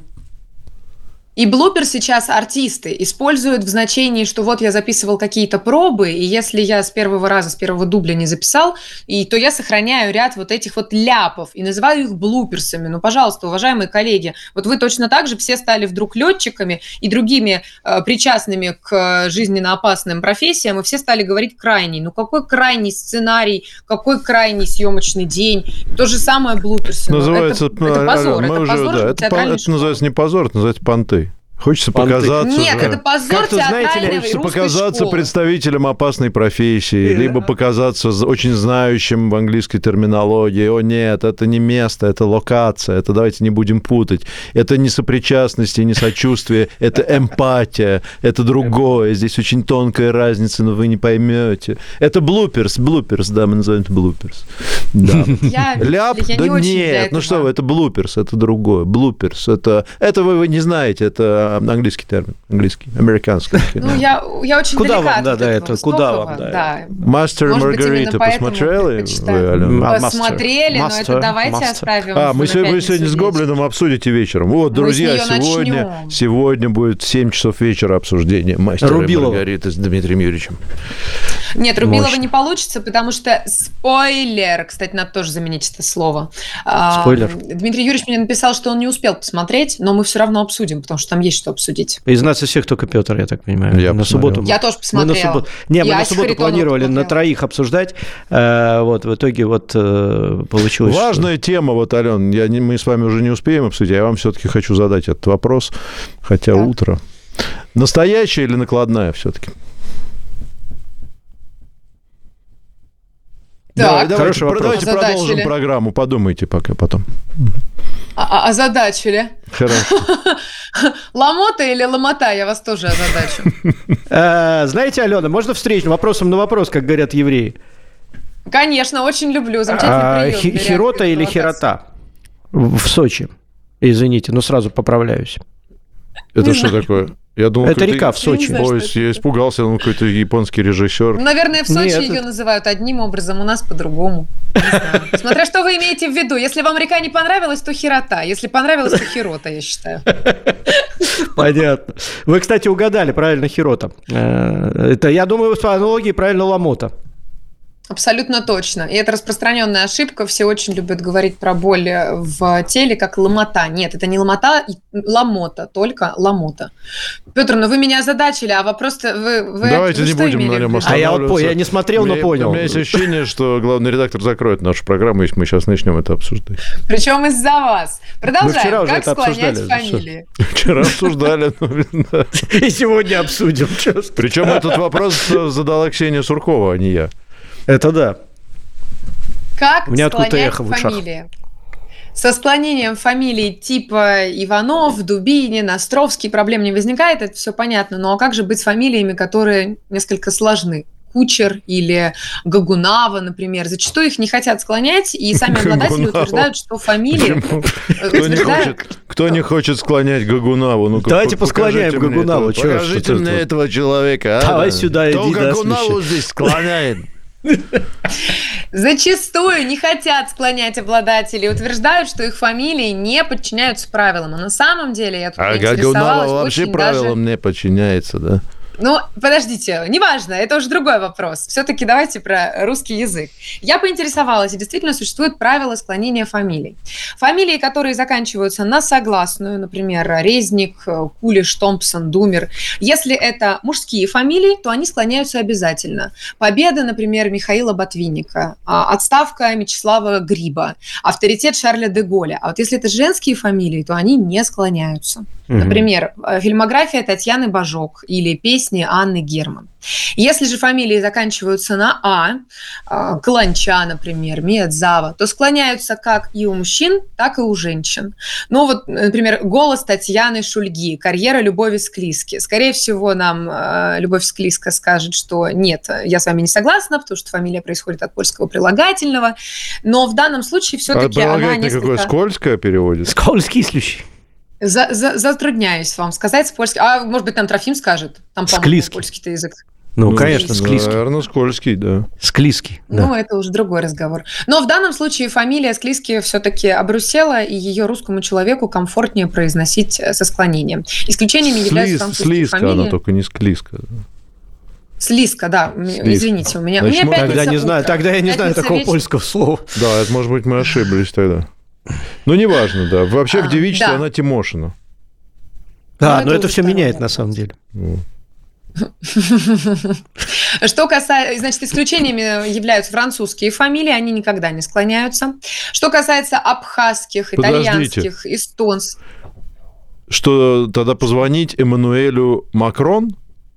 Speaker 9: И блупер сейчас артисты используют в значении, что вот я записывал какие-то пробы, и если я с первого раза, с первого дубля не записал, и, то я сохраняю ряд вот этих вот ляпов и называю их блуперсами. Ну, пожалуйста, уважаемые коллеги, вот вы точно так же все стали вдруг летчиками и другими э, причастными к жизненно опасным профессиям, и все стали говорить крайний. Ну, какой крайний сценарий, какой крайний съемочный день? То же самое блуперсы.
Speaker 4: Называется,
Speaker 9: это, это позор.
Speaker 4: Это,
Speaker 9: уже,
Speaker 4: позор да, это, это называется не позор, это называется понты. Хочется Понты. показаться...
Speaker 9: Нет, это позор театральной
Speaker 4: Хочется показаться
Speaker 9: школы.
Speaker 4: представителем опасной профессии, yeah. либо показаться очень знающим в английской терминологии. О нет, это не место, это локация, это давайте не будем путать. Это не сопричастность и не сочувствие, это эмпатия, это другое. Здесь очень тонкая разница, но вы не поймете. Это блуперс, блуперс, да, мы называем это блуперс. Да. Ляп? Да нет, ну что вы, это блуперс, это другое. Блуперс, это вы не знаете, это английский термин, английский, американский.
Speaker 9: Ну, я, я очень
Speaker 2: Куда
Speaker 9: далека
Speaker 2: вам, да,
Speaker 9: от
Speaker 2: да,
Speaker 9: этого
Speaker 2: это, куда вам, да.
Speaker 9: да.
Speaker 4: Мастер и Маргарита посмотрели?
Speaker 9: Вы, Посмотрели, Master, но это давайте Master. оставим.
Speaker 4: А, мы сегодня, вы сегодня с Гоблином обсудите вечером. Вот, друзья, сегодня, сегодня будет в семь часов вечера обсуждение Мастера Рубилова. и Маргариты с Дмитрием Юрьевичем.
Speaker 9: Нет, Рубилова Мощь. не получится, потому что спойлер, кстати, надо тоже заменить это слово.
Speaker 2: Спойлер.
Speaker 9: Дмитрий Юрьевич мне написал, что он не успел посмотреть, но мы все равно обсудим, потому что там есть что обсудить.
Speaker 2: Из нас из всех только Петр, я так понимаю.
Speaker 4: Я
Speaker 2: на
Speaker 4: посмотрел.
Speaker 2: субботу.
Speaker 9: Я тоже посмотрела.
Speaker 2: Мы на субботу... Не, мы я на субботу планировали посмотрела. на троих обсуждать. Вот, в итоге вот получилось...
Speaker 4: Важная что... тема, вот, Ален, я не, мы с вами уже не успеем обсудить, я вам все-таки хочу задать этот вопрос, хотя так. утро. Настоящая или накладная все-таки?
Speaker 9: Так,
Speaker 4: давайте,
Speaker 2: хороший
Speaker 4: давайте продолжим программу, подумайте пока потом.
Speaker 9: А, озадачили.
Speaker 4: Хорошо.
Speaker 9: Ломота или ломота? Я вас тоже озадачу.
Speaker 2: Знаете, Алена, можно встречным вопросом на вопрос, как говорят евреи?
Speaker 9: Конечно, очень люблю. Замечательный прием.
Speaker 2: Хирота или хирота? В Сочи. Извините, но сразу поправляюсь.
Speaker 4: Это что такое? Я думал,
Speaker 2: это река в Сочи.
Speaker 9: Знаю,
Speaker 4: Ой, я испугался, он какой-то японский режиссер.
Speaker 9: Наверное, в Сочи Нет, ее это... называют одним образом, у нас по-другому. Смотря что вы имеете в виду. Если вам река не понравилась, то хирота. Если понравилась, то хирота, я считаю.
Speaker 2: Понятно. Вы, кстати, угадали правильно хирота. Это, я думаю, по аналогии правильно ломота.
Speaker 9: Абсолютно точно. И это распространенная ошибка. Все очень любят говорить про боль в теле, как ломота. Нет, это не ломота, ломота, только ломота. Петр, ну вы меня озадачили, а вопрос-то вы... вы
Speaker 4: Давайте не будем на нем останавливаться.
Speaker 2: А я, вот, я не смотрел, но
Speaker 4: меня,
Speaker 2: понял.
Speaker 4: У меня есть ощущение, что главный редактор закроет нашу программу, если мы сейчас начнем это обсуждать.
Speaker 9: Причем из-за вас. Продолжаем. Как склонять фамилии?
Speaker 4: Вчера обсуждали.
Speaker 2: И сегодня обсудим.
Speaker 4: Причем этот вопрос задала Ксения Суркова, а не я.
Speaker 2: Это да.
Speaker 9: Как
Speaker 2: У меня
Speaker 9: склонять фамилии? Со склонением фамилий типа Иванов, Дубинин, Островский проблем не возникает, это все понятно. Но как же быть с фамилиями, которые несколько сложны? Кучер или Гагунава, например. Зачастую их не хотят склонять, и сами обладатели утверждают, что фамилии...
Speaker 4: Кто не, хочет, кто не хочет склонять Гагунаву? Ну,
Speaker 2: давайте посклоняем Гагунаву.
Speaker 4: Покажите мне этого человека.
Speaker 2: Давай сюда, иди.
Speaker 4: Кто Гагунаву здесь склоняет?
Speaker 9: Зачастую не хотят склонять обладателей, утверждают, что их фамилии не подчиняются правилам. А на самом деле я тут
Speaker 4: а
Speaker 9: поинтересовалась.
Speaker 4: А Гагунава вообще правилам
Speaker 9: даже...
Speaker 4: не подчиняется, да?
Speaker 9: Ну, подождите, неважно, это уже другой вопрос. Все-таки давайте про русский язык. Я поинтересовалась, и действительно существуют правила склонения фамилий. Фамилии, которые заканчиваются на согласную, например, Резник, Кулиш, Томпсон, Думер. Если это мужские фамилии, то они склоняются обязательно. Победа, например, Михаила Ботвинника, отставка Мечислава Гриба, авторитет Шарля де Голля. А вот если это женские фамилии, то они не склоняются. Например, фильмография Татьяны Бажок или песни песни Анны Герман. Если же фамилии заканчиваются на «а», Каланча, например, Миядзава, то склоняются как и у мужчин, так и у женщин. Ну вот, например, голос Татьяны Шульги, карьера Любови Склизки. Скорее всего, нам э, Любовь Склизка скажет, что нет, я с вами не согласна, потому что фамилия происходит от польского прилагательного, но в данном случае все-таки
Speaker 4: а
Speaker 9: она несколько...
Speaker 4: какое скользкое переводит?
Speaker 2: Скользкий случай.
Speaker 9: За, за, затрудняюсь вам сказать с польским. А может быть, нам Трофим скажет? Там, по-моему, польский-то язык.
Speaker 2: Ну, ну, конечно, склизкий.
Speaker 4: Наверное, скользкий, да.
Speaker 2: Склизкий, да.
Speaker 9: Ну, это уже другой разговор. Но в данном случае фамилия Склизки все-таки обрусела, и ее русскому человеку комфортнее произносить со склонением. Исключениями
Speaker 4: Слиз,
Speaker 9: являются французские
Speaker 4: слизка,
Speaker 9: фамилии.
Speaker 4: она только не склизка.
Speaker 9: Слизка, да. Слизка. Извините, у меня...
Speaker 2: Значит,
Speaker 9: у меня
Speaker 2: тогда, не знаю, тогда я не знаю такого
Speaker 9: вечер.
Speaker 2: Польского слова.
Speaker 4: Да, это, может быть, мы ошиблись тогда. Ну, неважно, да. Вообще в девичестве
Speaker 9: да.
Speaker 4: она Тимошина.
Speaker 2: Да, но, но это, это все меняет вопрос. На самом деле.
Speaker 9: Что касается, значит, исключениями являются французские фамилии, они никогда не склоняются. Что касается абхазских, итальянских, эстонских.
Speaker 4: Что тогда позвонить Эммануэлю Макрон?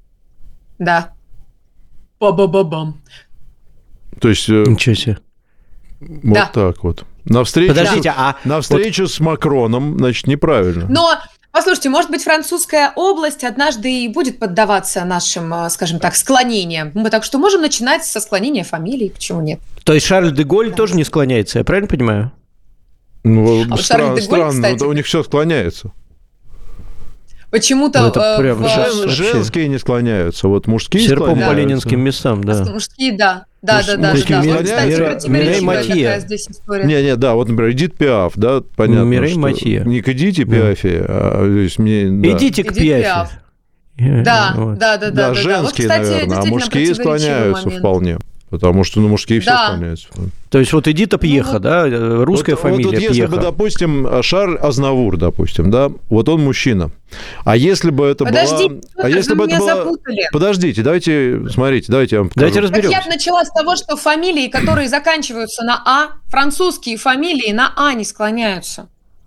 Speaker 9: Да. Ба-ба-ба-бам.
Speaker 4: То есть...
Speaker 2: Ничего себе.
Speaker 4: Вот
Speaker 9: да.
Speaker 4: так вот. На встречу,
Speaker 2: Подождите, а...
Speaker 4: на встречу вот... с Макроном, значит, неправильно.
Speaker 9: Но... Послушайте, может быть, французская область однажды и будет поддаваться нашим, скажем так, склонениям. Мы так что можем начинать со склонения фамилий, почему нет?
Speaker 2: То есть Шарль де Голль да. тоже не склоняется, я правильно понимаю?
Speaker 4: Ну,
Speaker 9: а
Speaker 4: стран,
Speaker 9: Голль,
Speaker 4: странно, кстати, у них все склоняется.
Speaker 9: Почему-то...
Speaker 2: Ну, это прям
Speaker 9: в...
Speaker 4: Жен, женские не склоняются, вот мужские
Speaker 2: серпом
Speaker 4: склоняются.
Speaker 2: по ленинским местам, да.
Speaker 9: Мужские, да. Да,
Speaker 4: Муж,
Speaker 9: да, да.
Speaker 4: мужские
Speaker 9: да, да.
Speaker 4: склоняются.
Speaker 9: Вот, кстати, противоречивая такая здесь история.
Speaker 4: Не, не, да, вот, например, Эдит Пиаф, да, понятно,
Speaker 2: Мирей
Speaker 4: что...
Speaker 2: Матье.
Speaker 4: Не к Эдите Пиафе, да. а... То есть мне, да.
Speaker 2: Идите к Пиафе.
Speaker 9: Да, вот. да, да, да.
Speaker 4: Да,
Speaker 9: да
Speaker 4: женские,
Speaker 9: вот, кстати,
Speaker 4: наверное, а мужские склоняются
Speaker 9: момент.
Speaker 4: вполне. Потому что ну, мужские все
Speaker 9: да.
Speaker 4: склоняются.
Speaker 2: То есть вот Эдита Пьеха, ну, да, русская
Speaker 4: вот,
Speaker 2: фамилия
Speaker 4: вот, вот если
Speaker 2: Пьеха.
Speaker 4: бы, допустим, Шарль Азнавур, допустим, да, вот он мужчина. А если бы это
Speaker 9: Подожди,
Speaker 4: была...
Speaker 9: А
Speaker 4: если бы
Speaker 9: меня
Speaker 4: это была...
Speaker 9: запутали.
Speaker 4: Подождите, давайте, смотрите, давайте я вам покажу.
Speaker 2: Давайте разберемся.
Speaker 9: Так я начала с того, что фамилии, которые заканчиваются на А, французские фамилии на А не склоняются.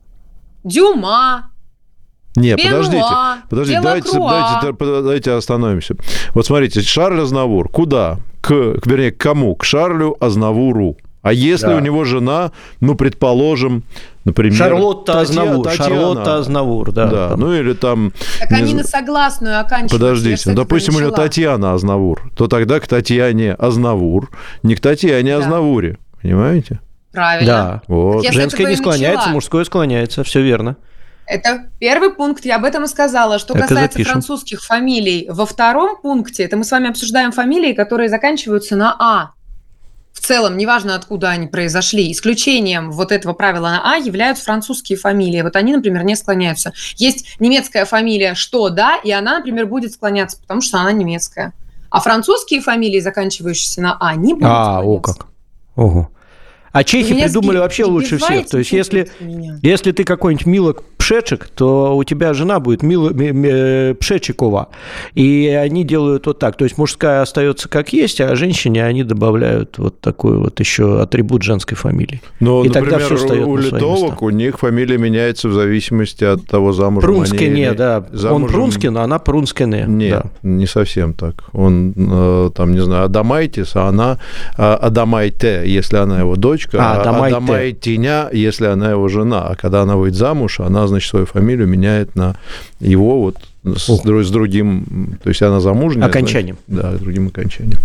Speaker 9: Дюма.
Speaker 4: Нет,
Speaker 9: Бенуа,
Speaker 4: подождите, подождите, давайте, давайте, давайте остановимся. Вот смотрите, Шарль Азнавур, куда? К, вернее, к кому? К Шарлю Азнавуру. А если да. у него жена, ну, предположим, например...
Speaker 2: Шарлотта
Speaker 4: Татья,
Speaker 2: Азнавур,
Speaker 4: Татьяна.
Speaker 2: Шарлотта Азнавур, да.
Speaker 4: Да,
Speaker 2: там.
Speaker 4: ну или там...
Speaker 9: Так они знаю, на согласную оканчиваются.
Speaker 4: Подождите, ну, допустим, у него Татьяна Азнавур, то тогда к Татьяне Азнавур, не к Татьяне да. Азнавуре, понимаете?
Speaker 9: Правильно.
Speaker 2: Да,
Speaker 4: вот.
Speaker 2: Женское не склоняется, начала. Мужское склоняется, все верно.
Speaker 9: Это первый пункт, я об этом и сказала. Что так касается французских фамилий, во втором пункте, это мы с вами обсуждаем фамилии, которые заканчиваются на А. В целом, неважно, откуда они произошли. Исключением вот этого правила на А являются французские фамилии. Вот они, например, не склоняются. Есть немецкая фамилия «что», да, и она, например, будет склоняться, потому что она немецкая. А французские фамилии, заканчивающиеся на А, не будут
Speaker 2: а, склоняться. О, как. Ого. А чехи придумали вообще лучше всех. То есть, если, если ты какой-нибудь Мила Пшечек, то у тебя жена будет Мила Пшечикова. И они делают вот так. То есть, мужская остается как есть, а женщине они добавляют вот такой вот еще атрибут женской фамилии.
Speaker 4: Но,
Speaker 2: и
Speaker 4: например,
Speaker 2: тогда все встает
Speaker 4: у литовок у них фамилия меняется в зависимости от того, замужем
Speaker 2: Прунскене,
Speaker 4: они или...
Speaker 2: да. Замужем... Он Прунскин, а она Прунскене.
Speaker 4: Нет, да. не совсем так. Он, там, не знаю, Адамайтис, а она Адамайте, если она его дочь. А,
Speaker 2: Адамайте.
Speaker 4: Адамайтиня, если она его жена. А когда она выйдет замуж, она, значит, свою фамилию меняет на его вот с, с другим... То есть она замужняя.
Speaker 2: Окончанием.
Speaker 4: Значит, да, другим окончанием.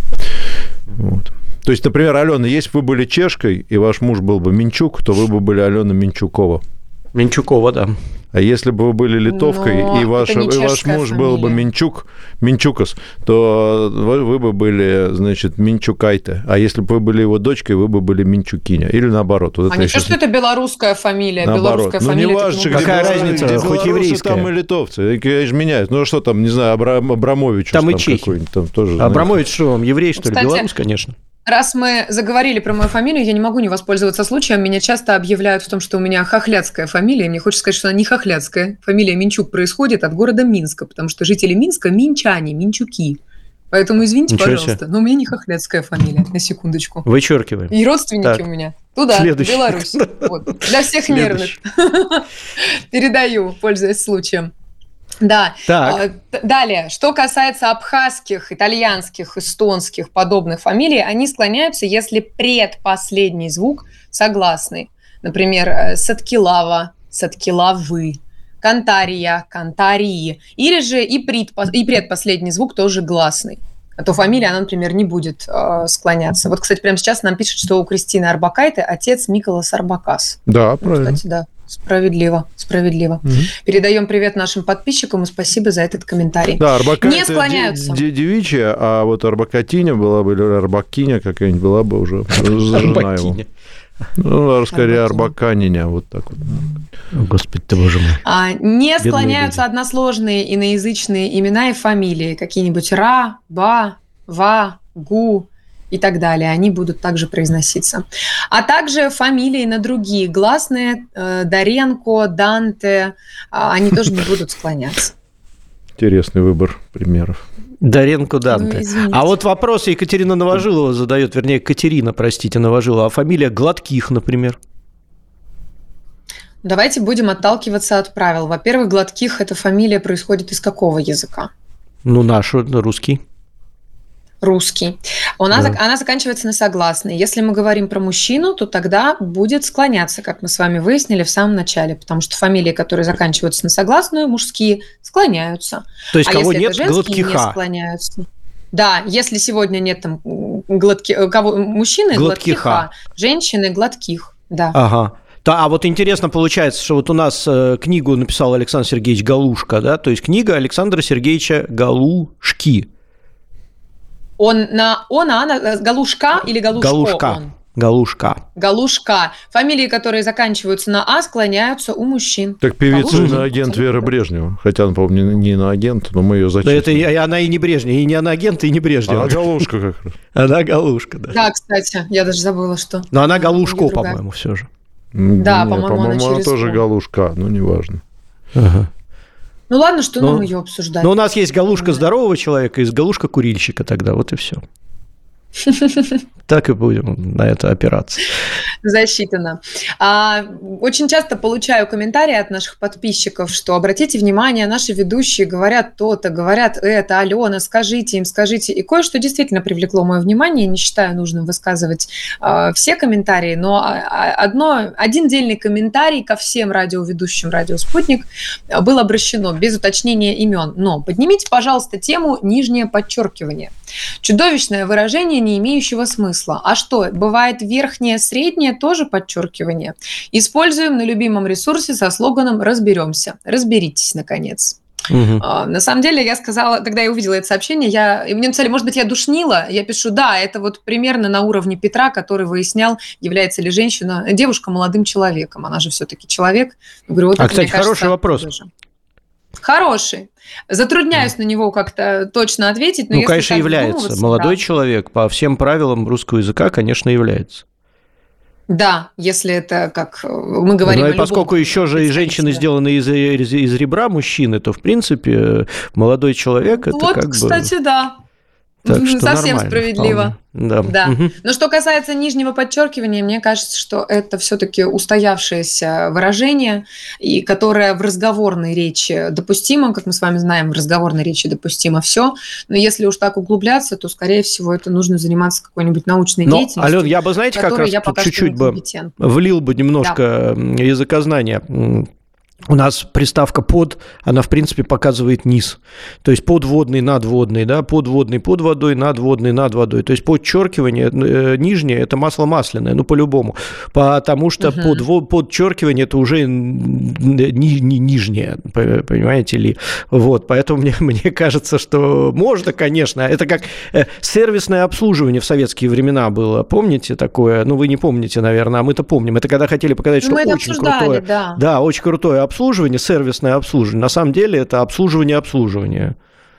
Speaker 4: Вот. То есть, например, Алена, если бы вы были чешкой, и ваш муж был бы Минчук, то вы бы были Алена Минчукова.
Speaker 2: Минчукова, да.
Speaker 4: А если бы вы были литовкой,
Speaker 9: Но
Speaker 4: и ваш, и ваш муж
Speaker 9: фамилия.
Speaker 4: был бы Минчук, Минчукас, то вы, вы бы были, значит, Минчукайте. А если бы вы были его дочкой, вы бы были Минчукиня. Или наоборот. Вот
Speaker 9: а не то, что это белорусская фамилия.
Speaker 4: Наоборот.
Speaker 9: Белорусская
Speaker 4: ну,
Speaker 9: фамилия.
Speaker 4: Не важно, где
Speaker 2: какая
Speaker 4: белорусы,
Speaker 2: разница,
Speaker 4: где
Speaker 2: хоть еврейская.
Speaker 4: Там и литовцы. Конечно, меняют. Ну, что там, не знаю, Абрам, Абрамович.
Speaker 2: Там, там и
Speaker 4: чехи. Там тоже,
Speaker 2: Абрамович, что он, еврей, что ли?
Speaker 9: Кстати,
Speaker 2: Белорус, конечно.
Speaker 9: Раз мы заговорили про мою фамилию, я не могу не воспользоваться случаем. Меня часто объявляют в том, что у меня хохляцкая фамилия. Мне хочется сказать, что она не хохляцкая. Фамилия Минчук происходит от города Минска, потому что жители Минска – минчане, минчуки. Поэтому извините,
Speaker 2: Ничего
Speaker 9: пожалуйста,
Speaker 2: себе.
Speaker 9: но у меня не хохляцкая фамилия, на секундочку.
Speaker 2: Вычеркиваем.
Speaker 9: И родственники
Speaker 2: так.
Speaker 9: у меня. Туда,
Speaker 2: Следующий.
Speaker 9: в Беларусь. Вот. Для всех
Speaker 2: Следующий.
Speaker 9: нервных. Передаю, пользуясь случаем. Да.
Speaker 2: Так.
Speaker 9: Далее, что касается абхазских, итальянских, эстонских подобных фамилий, они склоняются, если предпоследний звук согласный. Например, Саткилава, Саткилавы, Кантария, Кантарии. Или же и, предпос... и предпоследний звук тоже гласный. А то фамилия, она, например, не будет э, склоняться. Вот, кстати, прямо сейчас нам пишут, что у Кристины Арбакайте отец Миколас Арбакас.
Speaker 4: Да, правильно.
Speaker 9: Кстати, да. Справедливо, справедливо. Угу. Передаем привет нашим подписчикам и спасибо за этот комментарий.
Speaker 4: Да, Арбакайте
Speaker 9: не склоняются.
Speaker 4: Девичья, а вот Арбакатиня была бы, или Арбакиня какая-нибудь была бы уже жена его. Ну, скорее Арбаканиня, вот так вот.
Speaker 2: Господи ты, боже мой.
Speaker 9: А, не Бедные склоняются люди. Односложные иноязычные имена и фамилии. Какие-нибудь Ра, Ба, Ва, Гу и так далее. Они будут также произноситься. А также фамилии на другие гласные. э, Доренко, Данте. Э, они тоже не будут склоняться.
Speaker 4: Интересный выбор примеров.
Speaker 2: Доренко, Данте.
Speaker 9: Ну,
Speaker 2: а вот вопрос Екатерина Новожилова задает, вернее, Катерина, простите, Новожилова, а фамилия Гладких, например?
Speaker 9: Давайте будем отталкиваться от правил. Во-первых, Гладких – эта фамилия происходит из какого языка?
Speaker 2: Ну, наш, русский.
Speaker 9: Русский. У нас
Speaker 2: Да.
Speaker 9: она заканчивается на согласный. Если мы говорим про мужчину, то тогда будет склоняться, как мы с вами выяснили в самом начале, потому что фамилии, которые заканчиваются на согласную, мужские, склоняются.
Speaker 2: То есть
Speaker 9: а
Speaker 2: кого
Speaker 9: если
Speaker 2: нет,
Speaker 9: это женские, не
Speaker 2: Гладкиха.
Speaker 9: склоняются. Да, если сегодня нет там гладки, кого, мужчины
Speaker 2: Гладкиха.
Speaker 9: Гладкиха, женщины Гладких. Да.
Speaker 2: Ага. Да, а вот интересно получается, что вот у нас э, книгу написал Александр Сергеевич Галушка, да, то есть книга Александра Сергеевича Галушки.
Speaker 9: Он на он, а она Галушка или Галушко?
Speaker 2: Галушка.
Speaker 9: Он?
Speaker 2: Галушка.
Speaker 9: Галушка. Фамилии, которые заканчиваются на А, склоняются у мужчин.
Speaker 4: Так певица
Speaker 9: Галушка.
Speaker 4: иноагент Вера Брежнева. Хотя она, по-моему, не иноагент, но мы ее
Speaker 2: Да
Speaker 4: зачислили.
Speaker 2: это и, она и не Брежнева, и не она агент, и не Брежнева.
Speaker 4: Она Галушка как раз.
Speaker 2: Она Галушка, да.
Speaker 9: Да, кстати, я даже забыла, что...
Speaker 2: Но она Галушко,
Speaker 9: Ее другая.
Speaker 2: по-моему, все же.
Speaker 9: Да,
Speaker 4: Не,
Speaker 9: по-моему, она
Speaker 4: по-моему, она
Speaker 9: через
Speaker 4: тоже
Speaker 9: «о».
Speaker 4: Галушка, но неважно.
Speaker 2: Ага.
Speaker 9: Ну ладно, что
Speaker 2: Ну,
Speaker 9: нам ее обсуждать.
Speaker 2: Но у нас есть галушка здорового человека и есть галушка курильщика тогда, вот и все. Так и будем на это опираться.
Speaker 9: Засчитано. А, очень часто получаю комментарии от наших подписчиков, что обратите внимание, наши ведущие говорят то-то, говорят это, Алена, скажите им, скажите. И кое-что действительно привлекло мое внимание, не считаю нужным высказывать а, все комментарии, но одно, один дельный комментарий ко всем радиоведущим «Радио Спутник» был обращено без уточнения имен. Но поднимите, пожалуйста, тему «нижнее подчеркивание». Чудовищное выражение, не имеющего смысла. А что, бывает верхнее, среднее тоже подчеркивание? Используем на любимом ресурсе со слоганом «Разберемся». Разберитесь, наконец.
Speaker 2: Угу.
Speaker 9: А, на самом деле, я сказала, когда я увидела это сообщение, я, и мне написали, может быть, я душнила? Я пишу, да, это вот примерно на уровне Петра, который выяснял, является ли женщина, девушка молодым человеком. Она же все-таки человек. Я говорю, вот
Speaker 2: А,
Speaker 9: это,
Speaker 2: кстати,
Speaker 9: мне кажется,
Speaker 2: хороший вопрос.
Speaker 9: тоже. Хороший. Затрудняюсь на него как-то точно ответить. Но
Speaker 2: Ну,
Speaker 9: если
Speaker 2: конечно,
Speaker 9: так
Speaker 2: является.
Speaker 9: вдумываться,
Speaker 2: Молодой
Speaker 9: да.
Speaker 2: человек по всем правилам русского языка, конечно, является.
Speaker 9: Да, если это как мы говорим.
Speaker 2: Ну, и
Speaker 9: о
Speaker 2: поскольку
Speaker 9: любом
Speaker 2: еще же и женщины сделаны из, из, из ребра мужчины, то, в принципе, молодой человек – это
Speaker 9: вот,
Speaker 2: как
Speaker 9: кстати,
Speaker 2: бы…
Speaker 9: да.
Speaker 2: Так что
Speaker 9: совсем
Speaker 2: нормально,
Speaker 9: справедливо.
Speaker 2: вполне. Да.
Speaker 9: Да.
Speaker 2: Угу.
Speaker 9: Но что касается нижнего подчеркивания, мне кажется, что это все-таки устоявшееся выражение, и которое в разговорной речи допустимо, как мы с вами знаем, в разговорной речи допустимо все. Но если уж так углубляться, то, скорее всего, это нужно заниматься какой-нибудь научной
Speaker 2: Но,
Speaker 9: деятельностью.
Speaker 2: Ален, я бы, знаете, как раз
Speaker 9: я
Speaker 2: тут
Speaker 9: пока
Speaker 2: чуть-чуть бы
Speaker 9: некомпетентна.
Speaker 2: влил бы немножко да. языкознания. У нас приставка «под», она, в принципе, показывает низ. То есть подводный, надводный, да, подводный под водой, надводный над водой. То есть подчеркивание э, нижнее – это масло масляное, ну, по-любому. Потому что uh-huh. под, подчеркивание – это уже ни, ни, нижнее, понимаете ли. Вот, поэтому мне, мне кажется, что можно, конечно. Это как э, сервисное обслуживание в советские времена было. Помните такое? Ну, вы не помните, наверное, а мы-то помним. Это когда хотели показать, что
Speaker 9: мы
Speaker 2: очень крутое.
Speaker 9: Да.
Speaker 2: да, очень крутое обслуживание, сервисное обслуживание. На самом деле это обслуживание обслуживания.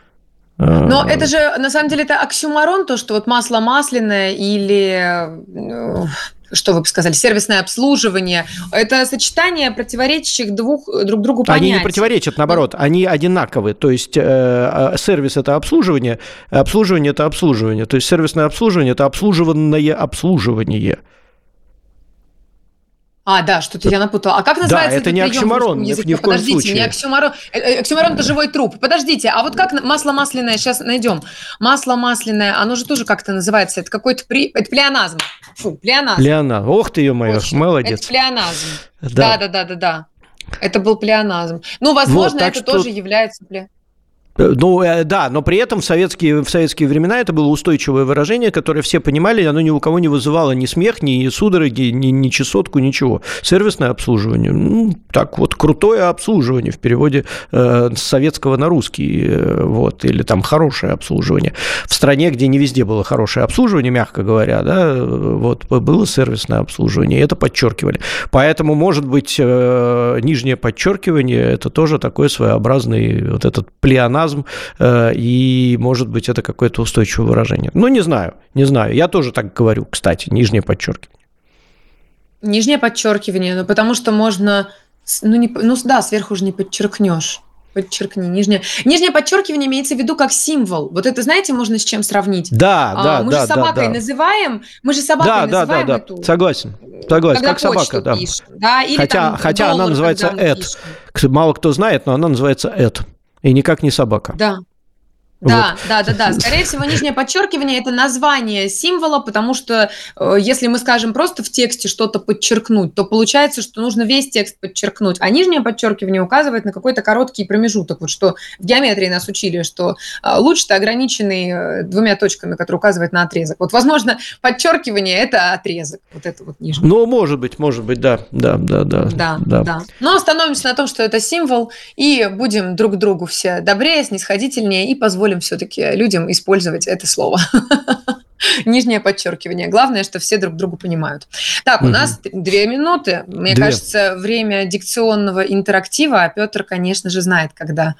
Speaker 9: Но это же, на самом деле, это оксюморон, то, что вот масло масляное или, что вы бы сказали, сервисное обслуживание. Это сочетание противоречащих двух, друг другу понятий.
Speaker 2: Они не противоречат, наоборот, они одинаковы. То есть э, сервис – это обслуживание, обслуживание – это обслуживание. То есть сервисное обслуживание – это обслуживанное обслуживание.
Speaker 9: А, да, что-то я напутала. А как называется
Speaker 2: да, это
Speaker 9: этот
Speaker 2: не
Speaker 9: прием
Speaker 2: оксюмарон,
Speaker 9: в русском языке?
Speaker 2: ни в коем
Speaker 9: Подождите,
Speaker 2: случае.
Speaker 9: не оксюмарон. Оксюмарон – это живой труп. Подождите, а вот как масло масляное, сейчас найдем. Масло масляное, оно же тоже как-то называется. Это какой-то при... Это плеоназм. Фу, плеоназм.
Speaker 2: Плеоназм. Ох ты, ё-моё, молодец.
Speaker 9: Это плеоназм.
Speaker 2: Да.
Speaker 9: Да-да-да-да-да. Это был плеоназм. Ну, возможно, вот, это что... тоже является плеоназмом.
Speaker 2: Ну, да, но при этом в советские, в советские времена это было устойчивое выражение, которое все понимали, оно ни у кого не вызывало ни смех, ни судороги, ни, ни чесотку, ничего. Сервисное обслуживание. Ну, так вот, крутое обслуживание в переводе э, с советского на русский, э, вот, или там хорошее обслуживание. В стране, где не везде было хорошее обслуживание, мягко говоря, да, вот, было сервисное обслуживание, и это подчеркивали. Поэтому, может быть, э, нижнее подчеркивание – это тоже такой своеобразный вот этот плеоназм, и, может быть, это какое-то устойчивое выражение. Ну, не знаю, не знаю. Я тоже так говорю, кстати, нижнее подчеркивание.
Speaker 9: Нижнее подчеркивание, ну, потому что можно... Ну, не, ну да, сверху же не подчеркнешь. Подчеркни, нижнее. Нижнее подчеркивание имеется в виду как символ. Вот это, знаете, можно с чем сравнить?
Speaker 2: Да, а, да,
Speaker 9: мы
Speaker 2: да.
Speaker 9: же собакой
Speaker 2: да, да.
Speaker 9: называем, мы же собакой
Speaker 2: да,
Speaker 9: называем
Speaker 2: да, да,
Speaker 9: эту...
Speaker 2: Да, согласен, согласен,
Speaker 9: когда
Speaker 2: как собака, да.
Speaker 9: Пишем, да? Или
Speaker 2: хотя
Speaker 9: там
Speaker 2: хотя
Speaker 9: доллар,
Speaker 2: она называется «эд». Мало кто знает, но она называется «эд». И никак не собака.
Speaker 9: Да. Да, вот. да, да, да. Скорее всего, нижнее подчеркивание – это название символа, потому что э, если мы скажем просто в тексте что-то подчеркнуть, то получается, что нужно весь текст подчеркнуть, а нижнее подчеркивание указывает на какой-то короткий промежуток. Вот что в геометрии нас учили, что э, луч-то ограниченный э, двумя точками, которые указывают на отрезок. Вот, возможно, подчеркивание – это отрезок, вот это вот нижнее.
Speaker 2: Ну, может быть, может быть, да, да, да, да.
Speaker 9: Да,
Speaker 2: да.
Speaker 9: да. Но остановимся на том, что это символ, и будем друг к другу все добрее, снисходительнее, и позволим все-таки людям использовать это слово. Нижнее подчеркивание. Главное, что все друг друга понимают. Так, у угу. нас две минуты. Мне две. кажется, время дикционного интерактива, а Петр, конечно же, знает, когда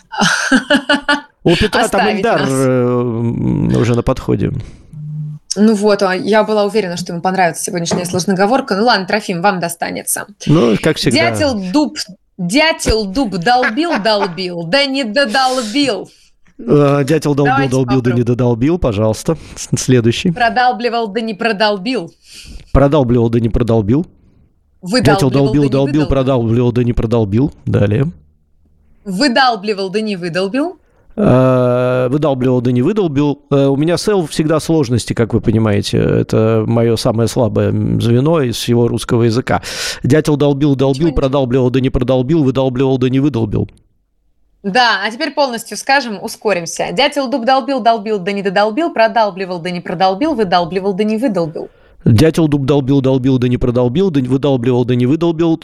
Speaker 2: у Петра там Ильдар уже на подходе.
Speaker 9: Ну вот, я была уверена, что ему понравится сегодняшняя сложноговорка. Ну ладно, Трофим, вам достанется.
Speaker 2: Ну, как всегда.
Speaker 9: Дятел дуб, дятел дуб долбил-долбил, да не додолбил.
Speaker 2: Дятел долбил, Давайте долбил, попробуем. Да не додолбил, пожалуйста. Следующий.
Speaker 9: Продалбливал, да не продолбил.
Speaker 2: Продалбливал, да не продолбил. Дятел долбил,
Speaker 9: да
Speaker 2: долбил, продалбливал, да не продолбил. Далее.
Speaker 9: Выдалбливал, да не выдолбил.
Speaker 2: Выдалбливал, да не выдолбил. У меня с «л» всегда сложности, как вы понимаете. Это мое самое слабое звено из всего русского языка. Дятел долбил, долбил, Чего продалбливал, да не продолбил, выдалбливал, да не выдолбил.
Speaker 9: Да, а теперь полностью скажем, ускоримся. Дятел дуб долбил, долбил, да не додолбил, продалбливал, да не продолбил, выдалбливал, да не выдолбил.
Speaker 2: Дятел дуб долбил, долбил, да не продолбил, да выдалбливал, да не выдолбил,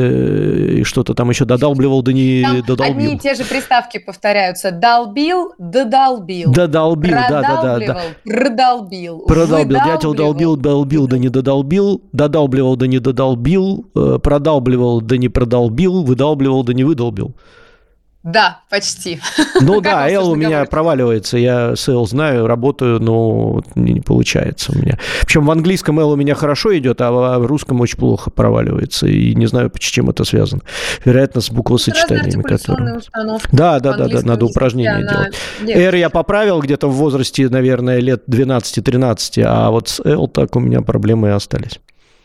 Speaker 2: и что-то там еще додалбливал, да не
Speaker 9: там
Speaker 2: додолбил.
Speaker 9: Одни и те же приставки повторяются. Долбил, додолбил.
Speaker 2: Додолбил, да-да-да.
Speaker 9: Продолбил.
Speaker 2: Продолбил. Дятел долбил, долбил, да не додолбил, додалбливал, да не додолбил, продалбливал, да не продолбил, выдалбливал, да не выдолбил.
Speaker 9: Да, почти.
Speaker 2: Ну да, «л» у меня проваливается, я с «л» знаю, работаю, но не получается у меня. Причем в английском «л» у меня хорошо идет, а в русском очень плохо проваливается, и не знаю, с чем это связано. Вероятно, с буквосочетаниями, которые... Да, да, да, да, надо упражнения делать. «Р» я поправил где-то в возрасте, наверное, лет двенадцать-тринадцать, а вот с «л» так у меня проблемы и остались.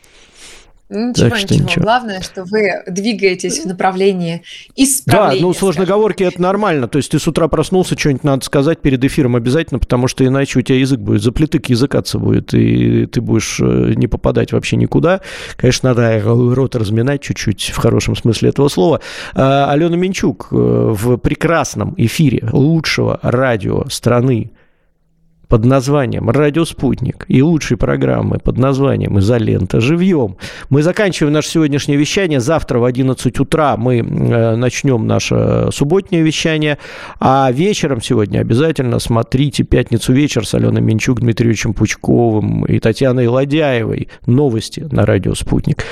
Speaker 9: Ничего, ничего. ничего. Главное, что вы двигаетесь в направлении исправления.
Speaker 2: Да, ну, сложноговорки – это нормально. То есть ты с утра проснулся, что-нибудь надо сказать перед эфиром обязательно, потому что иначе у тебя язык будет, заплетык языкаться будет, и ты будешь не попадать вообще никуда. Конечно, надо рот разминать чуть-чуть, в хорошем смысле этого слова. Алена Минчук в прекрасном эфире лучшего радио страны под названием «Радио Спутник» и лучшей программы под названием «Изолента живьем». Мы заканчиваем наше сегодняшнее вещание. Завтра в одиннадцать утра мы начнем наше субботнее вещание. А вечером сегодня обязательно смотрите «Пятницу вечер» с Аленой Минчук, Дмитрием Пучковым и Татьяной Ладяевой. Новости на «Радио Спутник».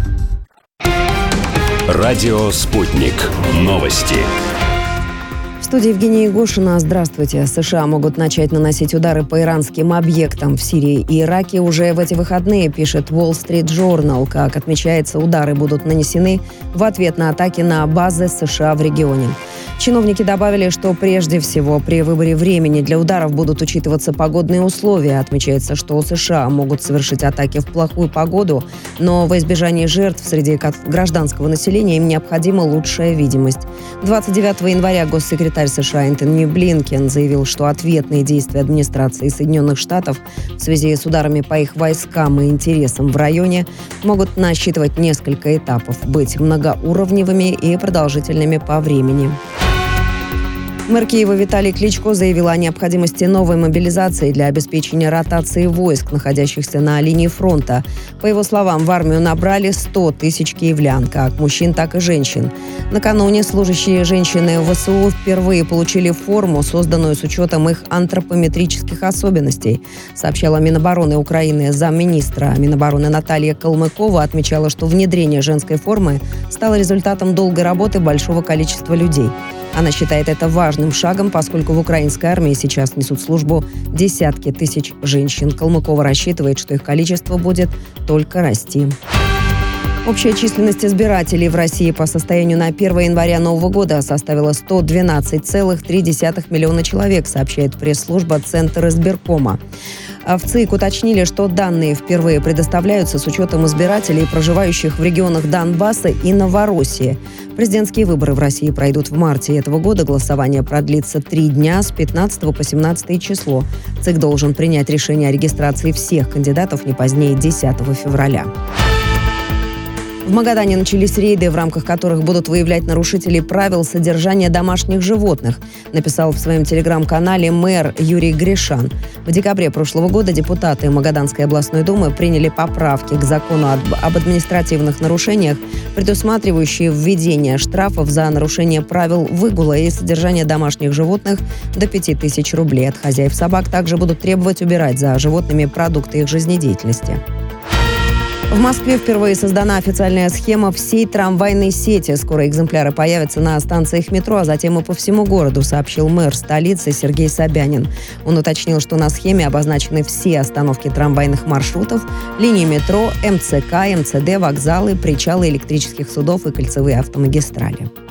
Speaker 1: Радио «Спутник». Новости.
Speaker 8: В студии Евгения Егошина. Здравствуйте. США могут начать наносить удары по иранским объектам в Сирии и Ираке уже в эти выходные, пишет Wall Street Journal. Как отмечается, удары будут нанесены в ответ на атаки на базы США в регионе. Чиновники добавили, что прежде всего при выборе времени для ударов будут учитываться погодные условия. Отмечается, что США могут совершить атаки в плохую погоду, но во избежание жертв среди гражданского населения им необходима лучшая видимость. двадцать девятого января госсекретарь США Энтони Блинкен заявил, что ответные действия администрации Соединенных Штатов в связи с ударами по их войскам и интересам в районе могут насчитывать несколько этапов, быть многоуровневыми и продолжительными по времени. Мэр Киева Виталий Кличко заявил о необходимости новой мобилизации для обеспечения ротации войск, находящихся на линии фронта. По его словам, в армию набрали сто тысяч киевлян, как мужчин, так и женщин. Накануне служащие женщины ВСУ впервые получили форму, созданную с учетом их антропометрических особенностей, сообщала Минобороны Украины. Замминистра Минобороны Наталья Калмыкова отмечала, что внедрение женской формы стало результатом долгой работы большого количества людей. Она считает это важным шагом, поскольку в украинской армии сейчас несут службу десятки тысяч женщин. Калмыкова рассчитывает, что их количество будет только расти. Общая численность избирателей в России по состоянию на первое января нового года составила сто двенадцать целых три десятых миллиона человек, сообщает пресс-служба Центра избиркома. В ЦИК уточнили, что данные впервые предоставляются с учетом избирателей, проживающих в регионах Донбасса и Новороссии. Президентские выборы в России пройдут в марте этого года. Голосование продлится три дня с пятнадцатого по семнадцатое число. ЦИК должен принять решение о регистрации всех кандидатов не позднее десятого февраля. В Магадане начались рейды, в рамках которых будут выявлять нарушителей правил содержания домашних животных, написал в своем телеграм-канале мэр Юрий Гришан. В декабре прошлого года депутаты Магаданской областной думы приняли поправки к закону об административных нарушениях, предусматривающие введение штрафов за нарушение правил выгула и содержания домашних животных до пяти тысяч рублей. От хозяев собак также будут требовать убирать за животными продукты их жизнедеятельности. В Москве впервые создана официальная схема всей трамвайной сети. Скоро экземпляры появятся на станциях метро, а затем и по всему городу, сообщил мэр столицы Сергей Собянин. Он уточнил, что на схеме обозначены все остановки трамвайных маршрутов, линии метро, МЦК, МЦД, вокзалы, причалы электрических судов и кольцевые автомагистрали.